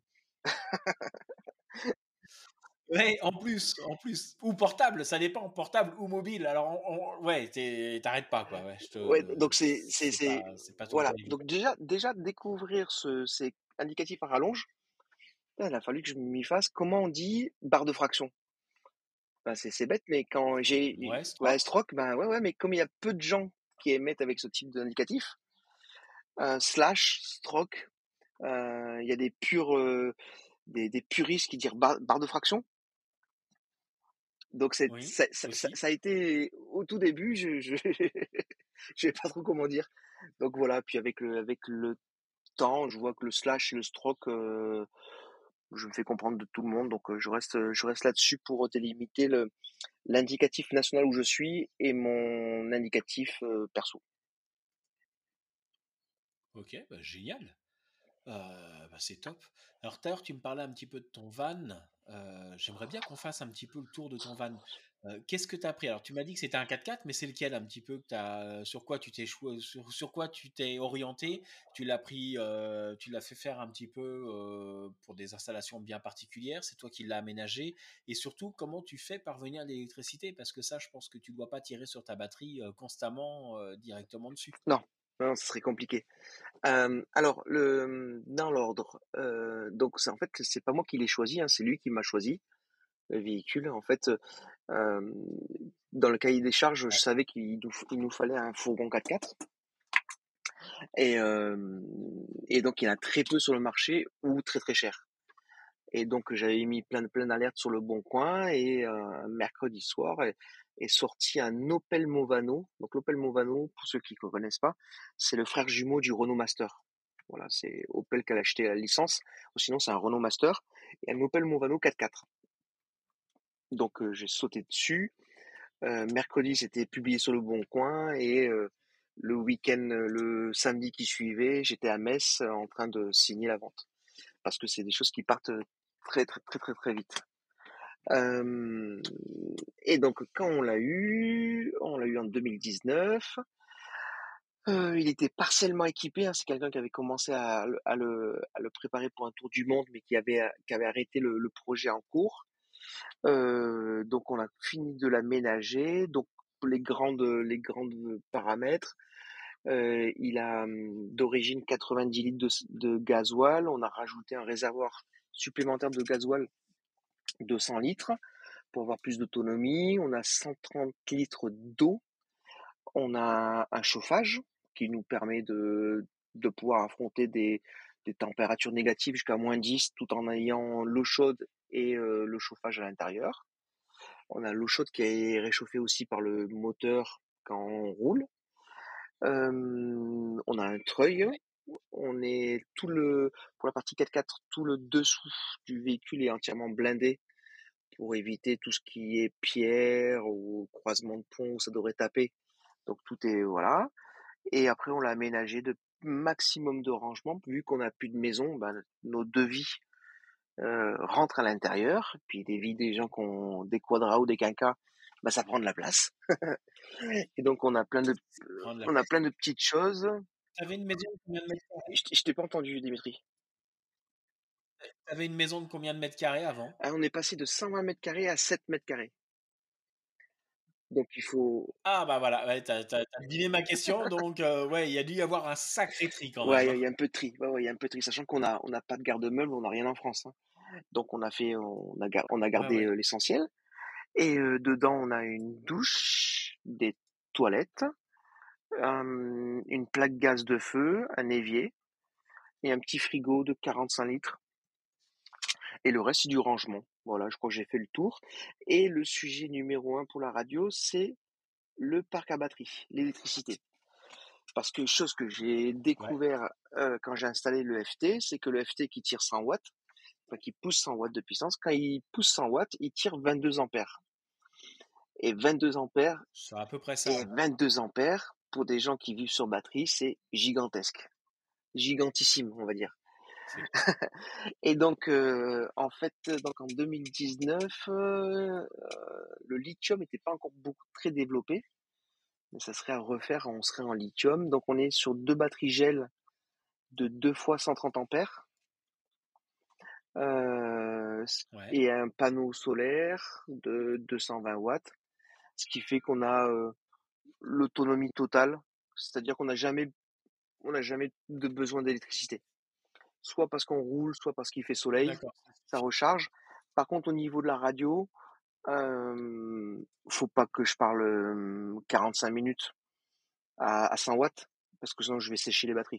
Ouais, en plus, en plus. Ou portable, ça dépend, portable ou mobile. Alors on on ouais, tu es pas quoi, ouais, je ouais, te donc c'est c'est c'est c'est pas c'est pas tout le voilà, temps évident. donc déjà déjà découvrir ce ces indicatifs à rallonge, putain, il a fallu que je m'y fasse. Comment on dit barre de fraction? Bah, c'est c'est bête, mais quand j'ai Ouais, ouais, stroke. stroke, ben, ouais, ouais, mais comme il y a peu de gens qui émettent avec ce type d'indicatif, heu, slash, stroke, heu, il y a des purs, heu, des des puristes qui disent barre barre de fraction. Donc c'est Oui, ça ça ça aussi. ça a été au tout début, je je je sais pas trop comment dire. Donc voilà, puis avec le avec le temps, je vois que le slash et le stroke, heu, je me fais comprendre de tout le monde, donc heu, je reste, je reste là-dessus pour délimiter le l'indicatif national où je suis et mon indicatif, heu, perso. OK, bah, génial. Heu, bah, c'est top. Alors tout à l'heure, tu me parlais un petit peu de ton van. Heu, j'aimerais bien qu'on fasse un petit peu le tour de ton van. Heu, qu'est-ce que tu as pris? Alors tu m'as dit que c'était un quatre-quatre, mais c'est lequel un petit peu que tu sur quoi tu t'es choi sur sur quoi tu t'es orienté? Tu l'as pris, heu, tu l'as fait faire un petit peu, heu, pour des installations bien particulières? C'est toi qui l'as aménagé? Et surtout, comment tu fais parvenir l'électricité? Parce que ça, je pense que tu dois pas tirer sur ta batterie, heu, constamment, heu, directement dessus. Non, non, ce serait compliqué. Hem, alors le, mmh, dans l'ordre, heu, donc c'est en fait, c'est pas moi qui l'ai choisi, hein, c'est lui qui m'a choisi, le véhicule. En fait, heu, dans le cahier des charges, je Ouais, savais qu'il nous il nous fallait un fourgon quatre-quatre et hem et donc il y en a très peu sur le marché ou très, très cher et donc j'avais mis plein de plein d'alertes sur le bon coin et heu, mercredi soir est est sorti un Opel Movano. Donc l'Opel Movano, pour ceux qui ne connaissent pas, c'est le frère jumeau du Renault Master. Voilà, c'est Opel qui a acheté la licence, ou sinon c'est un Renault Master et un Opel Movano quatre-quatre. Donc heu, j'ai sauté dessus. Heu, mercredi, c'était publié sur Le Bon Coin et heu, le week-end, heu, le samedi qui suivait, j'étais à Metz, heu, en train de signer la vente. Parce que c'est des choses qui partent, heu, très, très, très, très, très vite. Hem et donc quand on l'a eu, on l'a eu en deux mille dix-neuf. Heu, il était partiellement équipé, hein. C'est quelqu'un qui avait commencé à le à le à le préparer pour un tour du monde, mais qui avait, qui avait arrêté le le projet en cours. Heu, donc on a fini de l'aménager, donc les grandes, les grandes paramètres, heu, il a, mmh, d'origine quatre-vingt-dix litres de c de gasoil. On a rajouté un réservoir supplémentaire de gasoil de cent litres pour avoir plus d'autonomie. On a cent trente litres d'eau. On a un chauffage qui nous permet de de pouvoir affronter des des températures négatives jusqu'à moins dix tout en ayant l'eau chaude et heu, le chauffage à l'intérieur. On a l'eau chaude qui est réchauffée aussi par le moteur quand on roule. Hem, on a un treuil, ouais. On est tout le pour la partie quatre-quatre, tout le dessous du véhicule est entièrement blindé pour éviter tout ce qui est pierre ou croisement de pont où ça devrait taper. Donc tout est voilà. Et après, on l'a aménagé de maximum de rangement. Vu qu'on n'a plus de maison, ben, nos devis euh, rentrent à l'intérieur. Puis des vies des gens qui ont des quadras ou des quinquas, ben, ça prend de la place. Et donc on a plein de Prendre la on a place. plein de petites choses. T'avais une maison de combien de mètres carrés? Je, t- je t'ai pas entendu, Dimitri. T'avais une maison de combien de mètres carrés avant? Ah, on est passé de cent vingt mètres carrés à sept mètres carrés. Donc il faut. Ah bah voilà, ouais, t'as, t'as, t'as deviné ma question, donc euh, ouais, il y a dû y avoir un sacré tri quand Ouais, même, il hein. y, a un peu de tri. Ouais, ouais, il y a un peu de tri, sachant qu'on a on n'a pas de garde-meubles, on n'a rien en France, hein. Donc on a fait, on a, gar- on a Ouais, gardé ouais, euh, l'essentiel. Et euh, dedans, on a une douche, des toilettes, euh, une plaque gaz de feu, un évier et un petit frigo de quarante-cinq litres. Et le reste, c'est du rangement. Voilà, je crois que j'ai fait le tour. Et le sujet numéro un pour la radio, c'est le parc à batterie, l'électricité. Parce que chose que j'ai ouais, découvert euh, quand j'ai installé le F T, c'est que le F T qui tire cent watts, enfin qui pousse cent watts de puissance, quand il pousse cent watts, il tire vingt-deux ampères. Et vingt-deux ampères, c'est à peu près ça. et vingt-deux ampères, pour des gens qui vivent sur batterie, c'est gigantesque. Gigantissime, on va dire. C'est Et donc, euh, en fait, donc en deux mille dix-neuf, euh, le lithium n'était pas encore beaucoup très développé, mais ça serait à refaire, on serait en lithium. Donc, on est sur deux batteries gel de deux fois cent trente ampères, euh, ouais, et un panneau solaire de deux cent vingt watts, ce qui fait qu'on a euh, l'autonomie totale, c'est-à-dire qu'on n'a jamais, on n'a jamais de besoin d'électricité. Soit parce qu'on roule, soit parce qu'il fait soleil, d'accord. ça recharge. Par contre, au niveau de la radio, euh, faut pas que je parle euh, quarante-cinq minutes à, à cent watts, parce que sinon je vais sécher les batteries.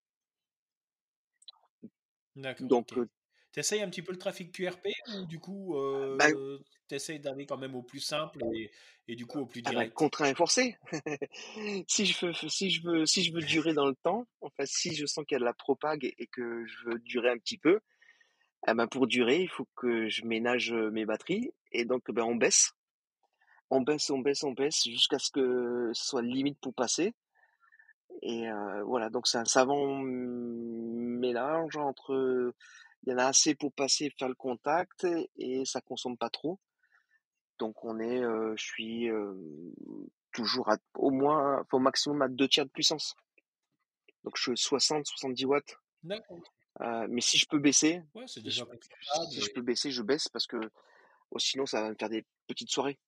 D'accord, Donc, ok. euh, T'essayes un petit peu le trafic Q R P ou du coup, bah, euh, t'essayes d'aller quand même au plus simple et, et du coup au plus ah bah, direct? contraint et forcé. si je veux, si je veux, si je veux durer dans le temps, enfin, si je sens qu'il y a de la propague et, et que je veux durer un petit peu, eh ben, pour durer, il faut que je ménage euh, mes batteries et donc, ben, on baisse. On baisse, on baisse, on baisse jusqu'à ce que ce soit limite pour passer. Et euh, voilà, donc c'est un savant mélange entre, il y en a assez pour passer, faire le contact et ça consomme pas trop. Donc on est, euh, je suis euh, toujours à, au moins, enfin, au maximum à deux tiers de puissance. Donc je suis soixante, soixante-dix watts. D'accord. Euh, mais si je peux baisser, Ouais, c'est si je, déjà confortable si je peux et baisser, je baisse parce que oh, sinon ça va me faire des petites soirées.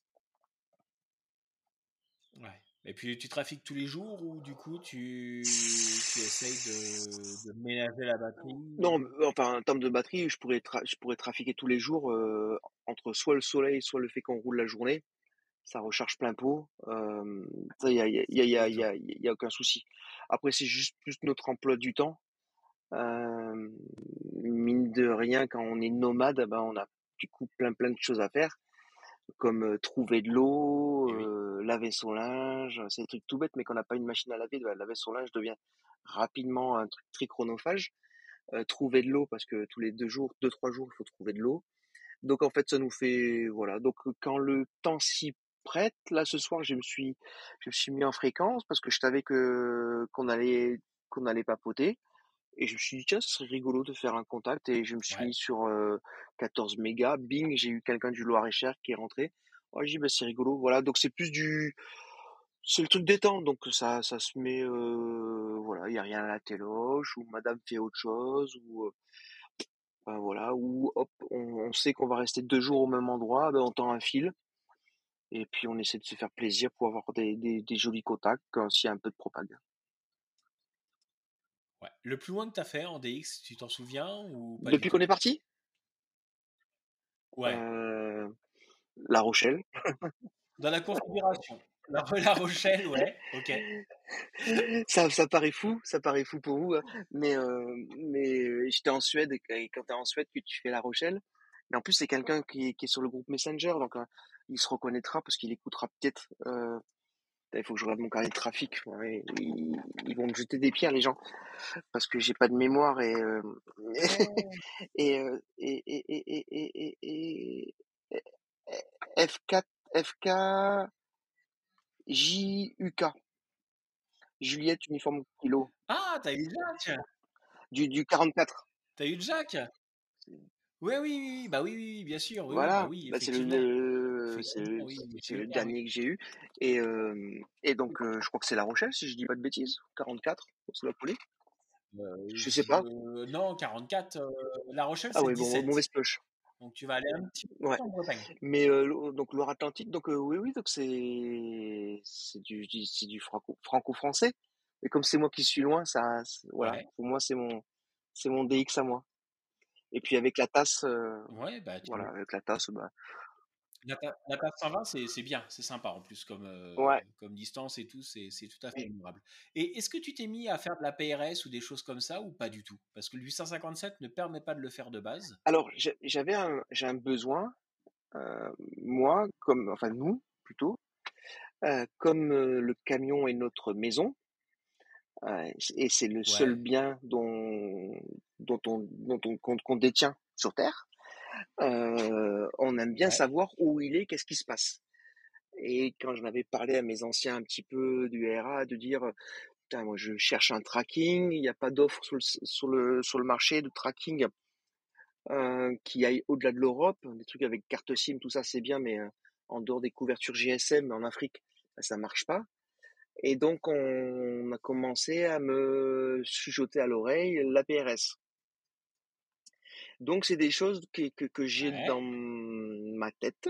ouais. Et puis tu trafiques tous les jours ou du coup tu, tu essayes de, de ménager la Non, batterie? mais, enfin, en termes de batterie, je pourrais, tra- je pourrais trafiquer tous les jours euh, entre soit le soleil, soit le fait qu'on roule la journée. Ça recharge plein pot. Euh, ça, il y a, y a, y a, y a, y D'accord. a, y a aucun souci. Après, c'est juste plus notre emploi du temps. Euh, mine de rien, quand on est nomade, ben, on a du coup plein plein de choses à faire, comme euh, trouver de l'eau, Et oui. euh, laver son linge. C'est des trucs tout bêtes, mais quand on n'a pas une machine à laver, ben, laver son linge devient rapidement un truc très chronophage. Euh, trouver de l'eau, parce que tous les deux jours, deux, trois jours, il faut trouver de l'eau. Donc en fait, ça nous fait voilà. Donc quand le temps s'y prête, là ce soir, je me suis je me suis mis en fréquence parce que je savais que qu'on allait qu'on allait papoter et je me suis dit tiens, ce serait rigolo de faire un contact et je me suis Ouais. mis sur euh, quatorze mégas. Bing, j'ai eu quelqu'un du Loir-et-Cher qui est rentré. Oh, j'ai dit bah c'est rigolo. Voilà, donc c'est plus du c'est le truc détente, donc ça ça se met euh, voilà, il y a rien à la téloche ou madame fait autre chose ou euh, ben voilà, ou hop, on, on sait qu'on va rester deux jours au même endroit, ben on tend un fil, et puis on essaie de se faire plaisir pour avoir des, des, des jolis contacts quand s'il y a un peu de propagande. Ouais. Le plus loin que t'as fait en D X, tu t'en souviens ou pas du Depuis qu'on tout? est parti, Ouais. euh, La Rochelle. Dans la configuration. La, La Rochelle, ouais, ok. Ça, ça paraît fou, ça paraît fou pour vous, hein, mais, euh, mais j'étais en Suède, et quand t'es en Suède, que tu fais La Rochelle, mais en plus c'est quelqu'un qui, est- qui est sur le groupe Messenger, donc hein, il se reconnaîtra parce qu'il écoutera peut-être. Euh, Il faut que je regarde mon carnet de trafic. Ouais, ils, ils vont me jeter des pierres, les gens, parce que j'ai pas de mémoire et euh, Oh! et, euh, et, et, et, et, et, et, et- et- F quatre, F K, J U K, Juliette Uniforme Kilo, Ah, t'as eu Jack! du, du quarante-quatre. T'as eu Jack? Ouais, oui, oui, oui, bah oui, oui, oui, bien sûr, oui, oui, bah Voilà, oui, bah, c'est le, effectivement. le- c'est Effectivement, le, oui, c'est j'ai eu le le permis. dernier que j'ai eu. Et, euh, et donc, euh, je crois que c'est La Rochelle, si je dis pas de bêtises. quarante-quatre, ça doit coller. Euh, Je sais pas. je... Non, quarante-quatre, euh, La Rochelle, Ah c'est ouais, bon, dix-sept. mauvaise pioche. Donc tu vas aller un petit peu Ouais. en Bretagne. Mais euh, l'eau- donc Loire-Atlantique, donc euh, oui, oui, donc c'est c'est du du- c'est du franco franco-français. Et comme c'est moi qui suis loin, ça, c'est- voilà, Ouais, pour moi c'est mon c'est mon D X à moi. Et puis avec la tasse, euh, ouais, bah voilà, tu... avec la tasse, bah La, ta- la tasse cent vingt, c'est c'est bien, c'est sympa en plus comme, euh, ouais. comme distance et tout, c'est c'est tout à fait admirable. Et est-ce que tu t'es mis à faire de la P R S ou des choses comme ça ou pas du tout? Parce que le huit cent cinquante-sept ne permet pas de le faire de base. Alors j'ai- j'avais un j'ai un besoin, euh, moi comme enfin nous plutôt, euh, comme euh, le camion est notre maison, euh, et c'est le seul Ouais, bien dont dont on dont on qu'on qu'on détient sur Terre. Euh, on aime bien ouais, savoir où il est, qu'est-ce qui se passe. Et quand j'en avais parlé à mes anciens un petit peu du R A, de dire, putain, moi je cherche un tracking, il n'y a pas d'offre sur le, sur le, sur le marché de tracking euh, qui aille au-delà de l'Europe. Des trucs avec carte SIM, tout ça c'est bien, mais euh, en dehors des couvertures G S M en Afrique, bah, ça marche pas. Et donc on a commencé à me chuchoter à l'oreille la P R S. Donc c'est des choses que, que, que j'ai dans ouais. ma tête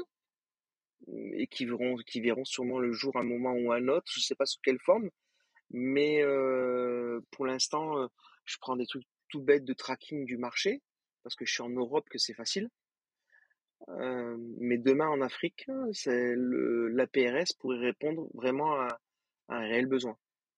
et qui verront, qui verront sûrement le jour à un moment ou à un autre. Je sais pas sous quelle forme, mais euh, pour l'instant, euh, je prends des trucs tout bêtes de tracking du marché parce que je suis en Europe, que c'est facile. Euh, mais demain en Afrique, c'est le, la P R S pourrait répondre vraiment à, à un réel besoin.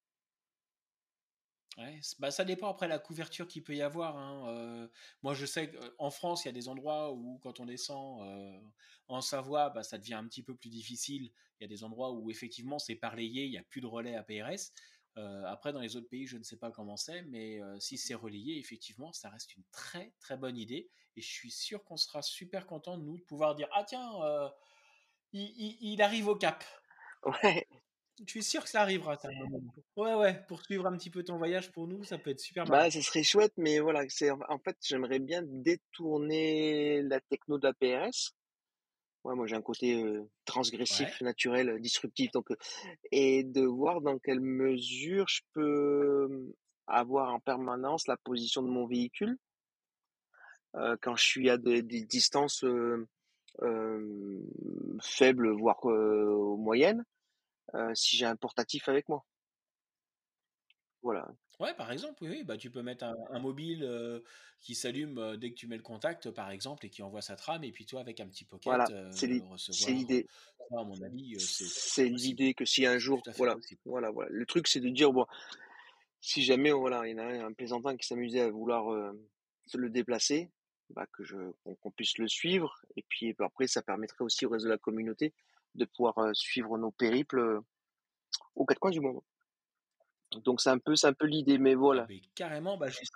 Ouais, c- bah ça dépend après la couverture qu'il peut y avoir, hein. Euh, moi, je sais qu'en France, il y a des endroits où, quand on descend euh, en Savoie, bah, ça devient un petit peu plus difficile. Il y a des endroits où, effectivement, c'est parlayé, il n'y a plus de relais à P R S. Euh, après, dans les autres pays, je ne sais pas comment c'est, mais euh, si c'est relayé, effectivement, ça reste une très, très bonne idée. Et je suis sûr qu'on sera super content, nous, de pouvoir dire, ah tiens, euh, il, il- il arrive au Cap. Ouais, Je suis sûr que ça arrivera, ça, à un moment. Ouais, ouais, pour suivre un petit peu ton voyage pour nous, ça peut être super bah, marrant. ce serait chouette, mais voilà, c'est en fait, j'aimerais bien détourner la techno de la P R S. Ouais, moi j'ai un côté euh, Ouais. transgressif, naturel, euh, disruptif, donc euh, et de voir dans quelle mesure je peux euh, avoir en permanence la position de mon véhicule euh, quand je suis à des, des distances euh, euh, faibles, voire euh, moyennes, euh, si j'ai un portatif avec moi. Voilà, Ouais, par exemple, oui, oui, bah, tu peux mettre un, un mobile euh, qui s'allume euh, dès que tu mets le contact, par exemple, et qui envoie sa trame, et puis toi, avec un petit pocket, voilà, c'est euh, l'i- c'est recevoir. euh, l'idée. ça, à mon avis, euh, c'est c'est- c'est C'est possible. l'idée que si un C'est jour, tout à fait voilà, possible. voilà, voilà. Le truc c'est de dire bon, si jamais voilà, il y en a un un plaisantin qui s'amusait à vouloir euh, se le déplacer, bah, que je qu'on qu'on puisse le suivre. Et puis bah, après, ça permettrait aussi au reste de la communauté de pouvoir euh, suivre nos périples euh, aux quatre coins du monde. Donc c'est un peu, c'est un peu l'idée, mais Ah voilà. ben carrément, bah, juste-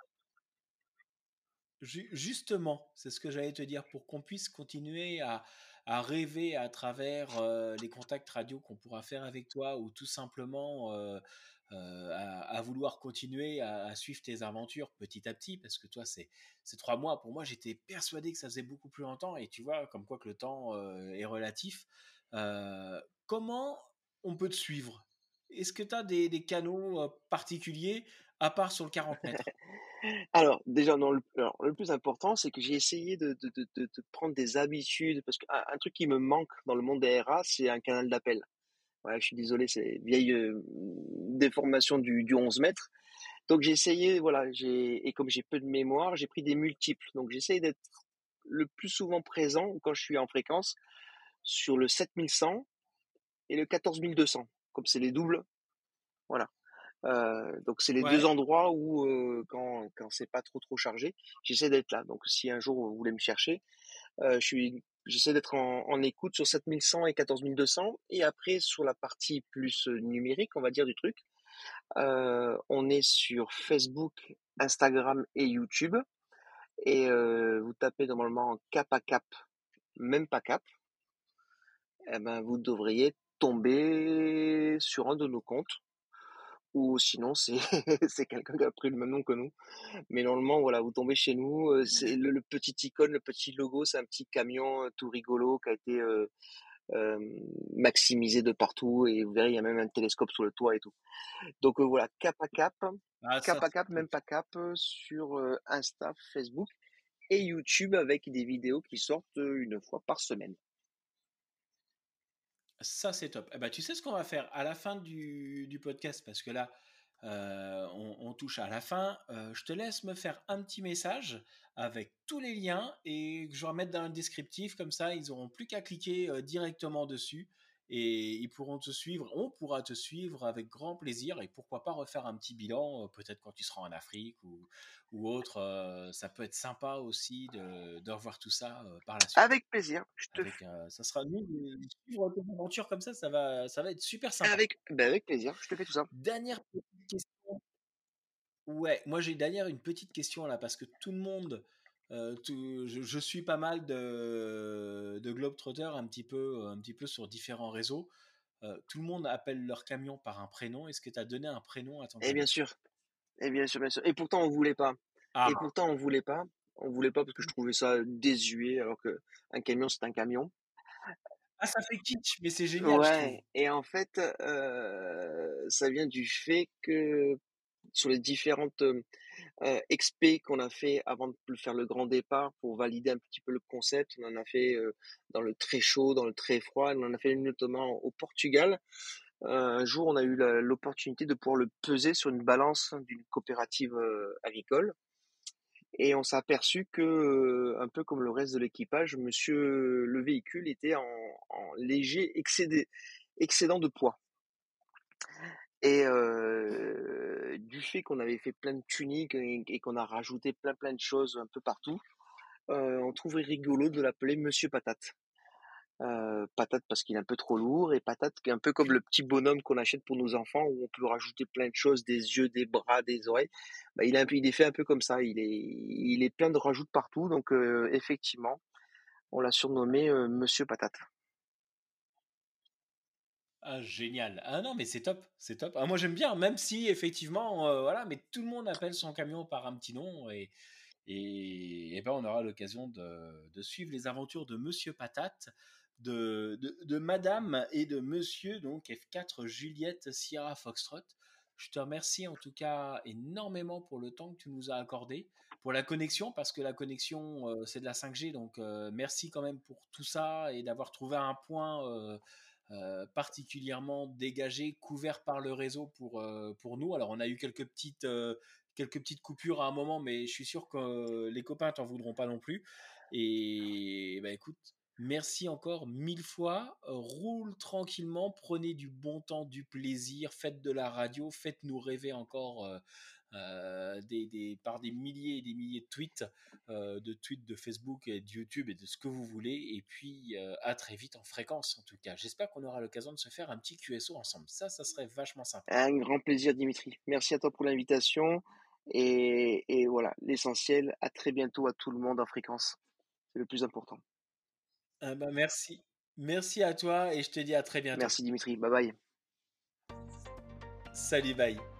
ju- justement, c'est ce que j'allais te dire, pour qu'on puisse continuer à, à rêver à travers euh, les contacts radio qu'on pourra faire avec toi, ou tout simplement euh, euh, à, à vouloir continuer à, à suivre tes aventures petit à petit, parce que toi, c'est c'est trois mois. Pour moi, j'étais persuadé que ça faisait beaucoup plus longtemps, et tu vois, comme quoi que le temps euh, est relatif. Euh, comment on peut te suivre? Est-ce que tu as des, des canaux euh, particuliers, à part sur le quarante mètres? Alors déjà, non, le, alors, le plus important, c'est que j'ai essayé de, de, de, de, de prendre des habitudes, parce qu'un un truc qui me manque dans le monde des R A, c'est un canal d'appel. Ouais, je suis désolé, c'est vieille euh, déformation du, du onze mètres. Donc j'ai essayé, voilà, j'ai et comme j'ai peu de mémoire, j'ai pris des multiples. Donc j'essaye d'être le plus souvent présent quand je suis en fréquence sur le sept mille cent et le quatorze mille deux cents. Comme c'est les doubles, voilà. Euh, donc c'est les deux Ouais. endroits où euh, quand quand c'est pas trop trop chargé, j'essaie d'être là. Donc si un jour vous voulez me chercher, euh, je suis j'essaie d'être en en écoute sur sept mille cent et quatorze mille deux cents et après sur la partie plus, heu, numérique, on va dire, du truc, heu, on est sur Facebook, Instagram et YouTube et heu, vous tapez normalement cap à cap, même pas cap, et ben, vous devriez tomber sur un de nos comptes ou sinon c'est c'est quelqu'un qui a pris le même nom que nous. Mais normalement, voilà, vous tombez chez nous, heu, c'est le le petit icône, le petit logo, c'est un petit camion, heu, tout rigolo qui a été, heu, hem, maximisé de partout et vous verrez, il y a même un télescope sur le toit et tout. Donc, heu, voilà, cap à cap, Ah ça, cap à c'est cap, top. même pas cap, heu, sur, heu, Insta, Facebook et YouTube avec des vidéos qui sortent, heu, une fois par semaine. Ça, c'est top. Eh ben, tu sais ce qu'on va faire à la fin du, du podcast, parce que là, euh, on, on touche à la fin. Euh, je te laisse me faire un petit message avec tous les liens et que je vais remettre dans le descriptif. Comme ça, ils n'auront plus qu'à cliquer euh, directement dessus et ils pourront te suivre. On pourra te suivre avec grand plaisir et pourquoi pas refaire un petit bilan, euh, peut-être quand tu seras en Afrique ou, ou autre. Euh, ça peut être sympa aussi de, de revoir tout ça euh, par la suite. Avec plaisir, je te f Avec, heu, ça sera nous de suivre tes aventures comme ça, ça va ça va être super sympa. avec ben avec plaisir, je te fais tout ça. Dernière petite question, ouais, moi j'ai derrière une petite question là parce que tout le monde, heu, tout je je suis pas mal de de globetrotters un petit peu, un petit peu sur différents réseaux. Heu, tout le monde appelle leur camion par un prénom. Est-ce que tu as donné un prénom à ton Et bien camion? sûr, et bien sûr, bien sûr et pourtant on voulait pas et Ah! pourtant on voulait pas on voulait pas parce que je trouvais ça désuet alors qu'un camion, c'est un camion. Ah, ça fait kitsch, mais c'est génial, je trouve. Ouais et en fait, heu, ça vient du fait que sur les différentes, hem, heu, expés qu'on a fait avant de p faire le grand départ pour valider un petit peu le concept, on en a fait, heu, dans le très chaud, dans le très froid, on en a fait une notamment au Portugal. Heu, un jour, on a eu la l'opportunité de pouvoir le peser sur une balance d'une coopérative, heu, agricole et on s'est aperçu que, heu, un peu comme le reste de l'équipage, monsieur le véhicule était en en léger excédé excédent de poids et heu, du fait qu'on avait fait plein de tuning et et qu'on a rajouté plein, plein de choses un peu partout, heu, on trouvait rigolo de l'appeler Monsieur Patate. Heu, patate parce qu'il est un peu trop lourd et patate qui est un peu comme le petit bonhomme qu'on achète pour nos enfants où on peut rajouter plein de choses, des yeux, des bras, des oreilles. Bah, il est un peu il est fait un peu comme ça, il est il est plein de rajouts de partout donc heu, effectivement, on l'a surnommé, heu, Monsieur Patate. Ah génial. Ah non mais c'est top, c'est top. Ah moi j'aime bien, même si effectivement, heu, voilà, mais tout le monde appelle son camion par un petit nom et et et ben, on aura l'occasion de de suivre les aventures de Monsieur Patate, de de de madame et de monsieur donc F quatre Juliette Sierra Foxtrot. Je te remercie en tout cas énormément pour le temps que tu nous as accordé, pour la connexion parce que la connexion, heu, c'est de la cinq G donc heu, merci quand même pour tout ça et d'avoir trouvé un point, heu euh, particulièrement dégagé, couvert par le réseau pour, euh, pour nous. Alors on a eu quelques petites, euh, quelques petites coupures à un moment, mais je suis sûr que euh, les copains t'en voudront pas non plus. Et bah écoute, merci encore mille fois. Euh, roule tranquillement, prenez du bon temps, du plaisir, faites de la radio, faites-nous rêver encore euh, euh, des, des, par des milliers et des milliers de tweets, euh, de tweets de Facebook et de YouTube et de ce que vous voulez. Et puis euh, à très vite en fréquence en tout cas. J'espère qu'on aura l'occasion de se faire un petit Q S O ensemble. Ça, ça serait vachement sympa. Un grand plaisir Dimitri. Merci à toi pour l'invitation et et voilà, l'essentiel, à très bientôt à tout le monde en fréquence. C'est le plus important. Ah bah, merci. Merci à toi et je te dis à très bientôt. Merci Dimitri, bye bye. Salut, bye.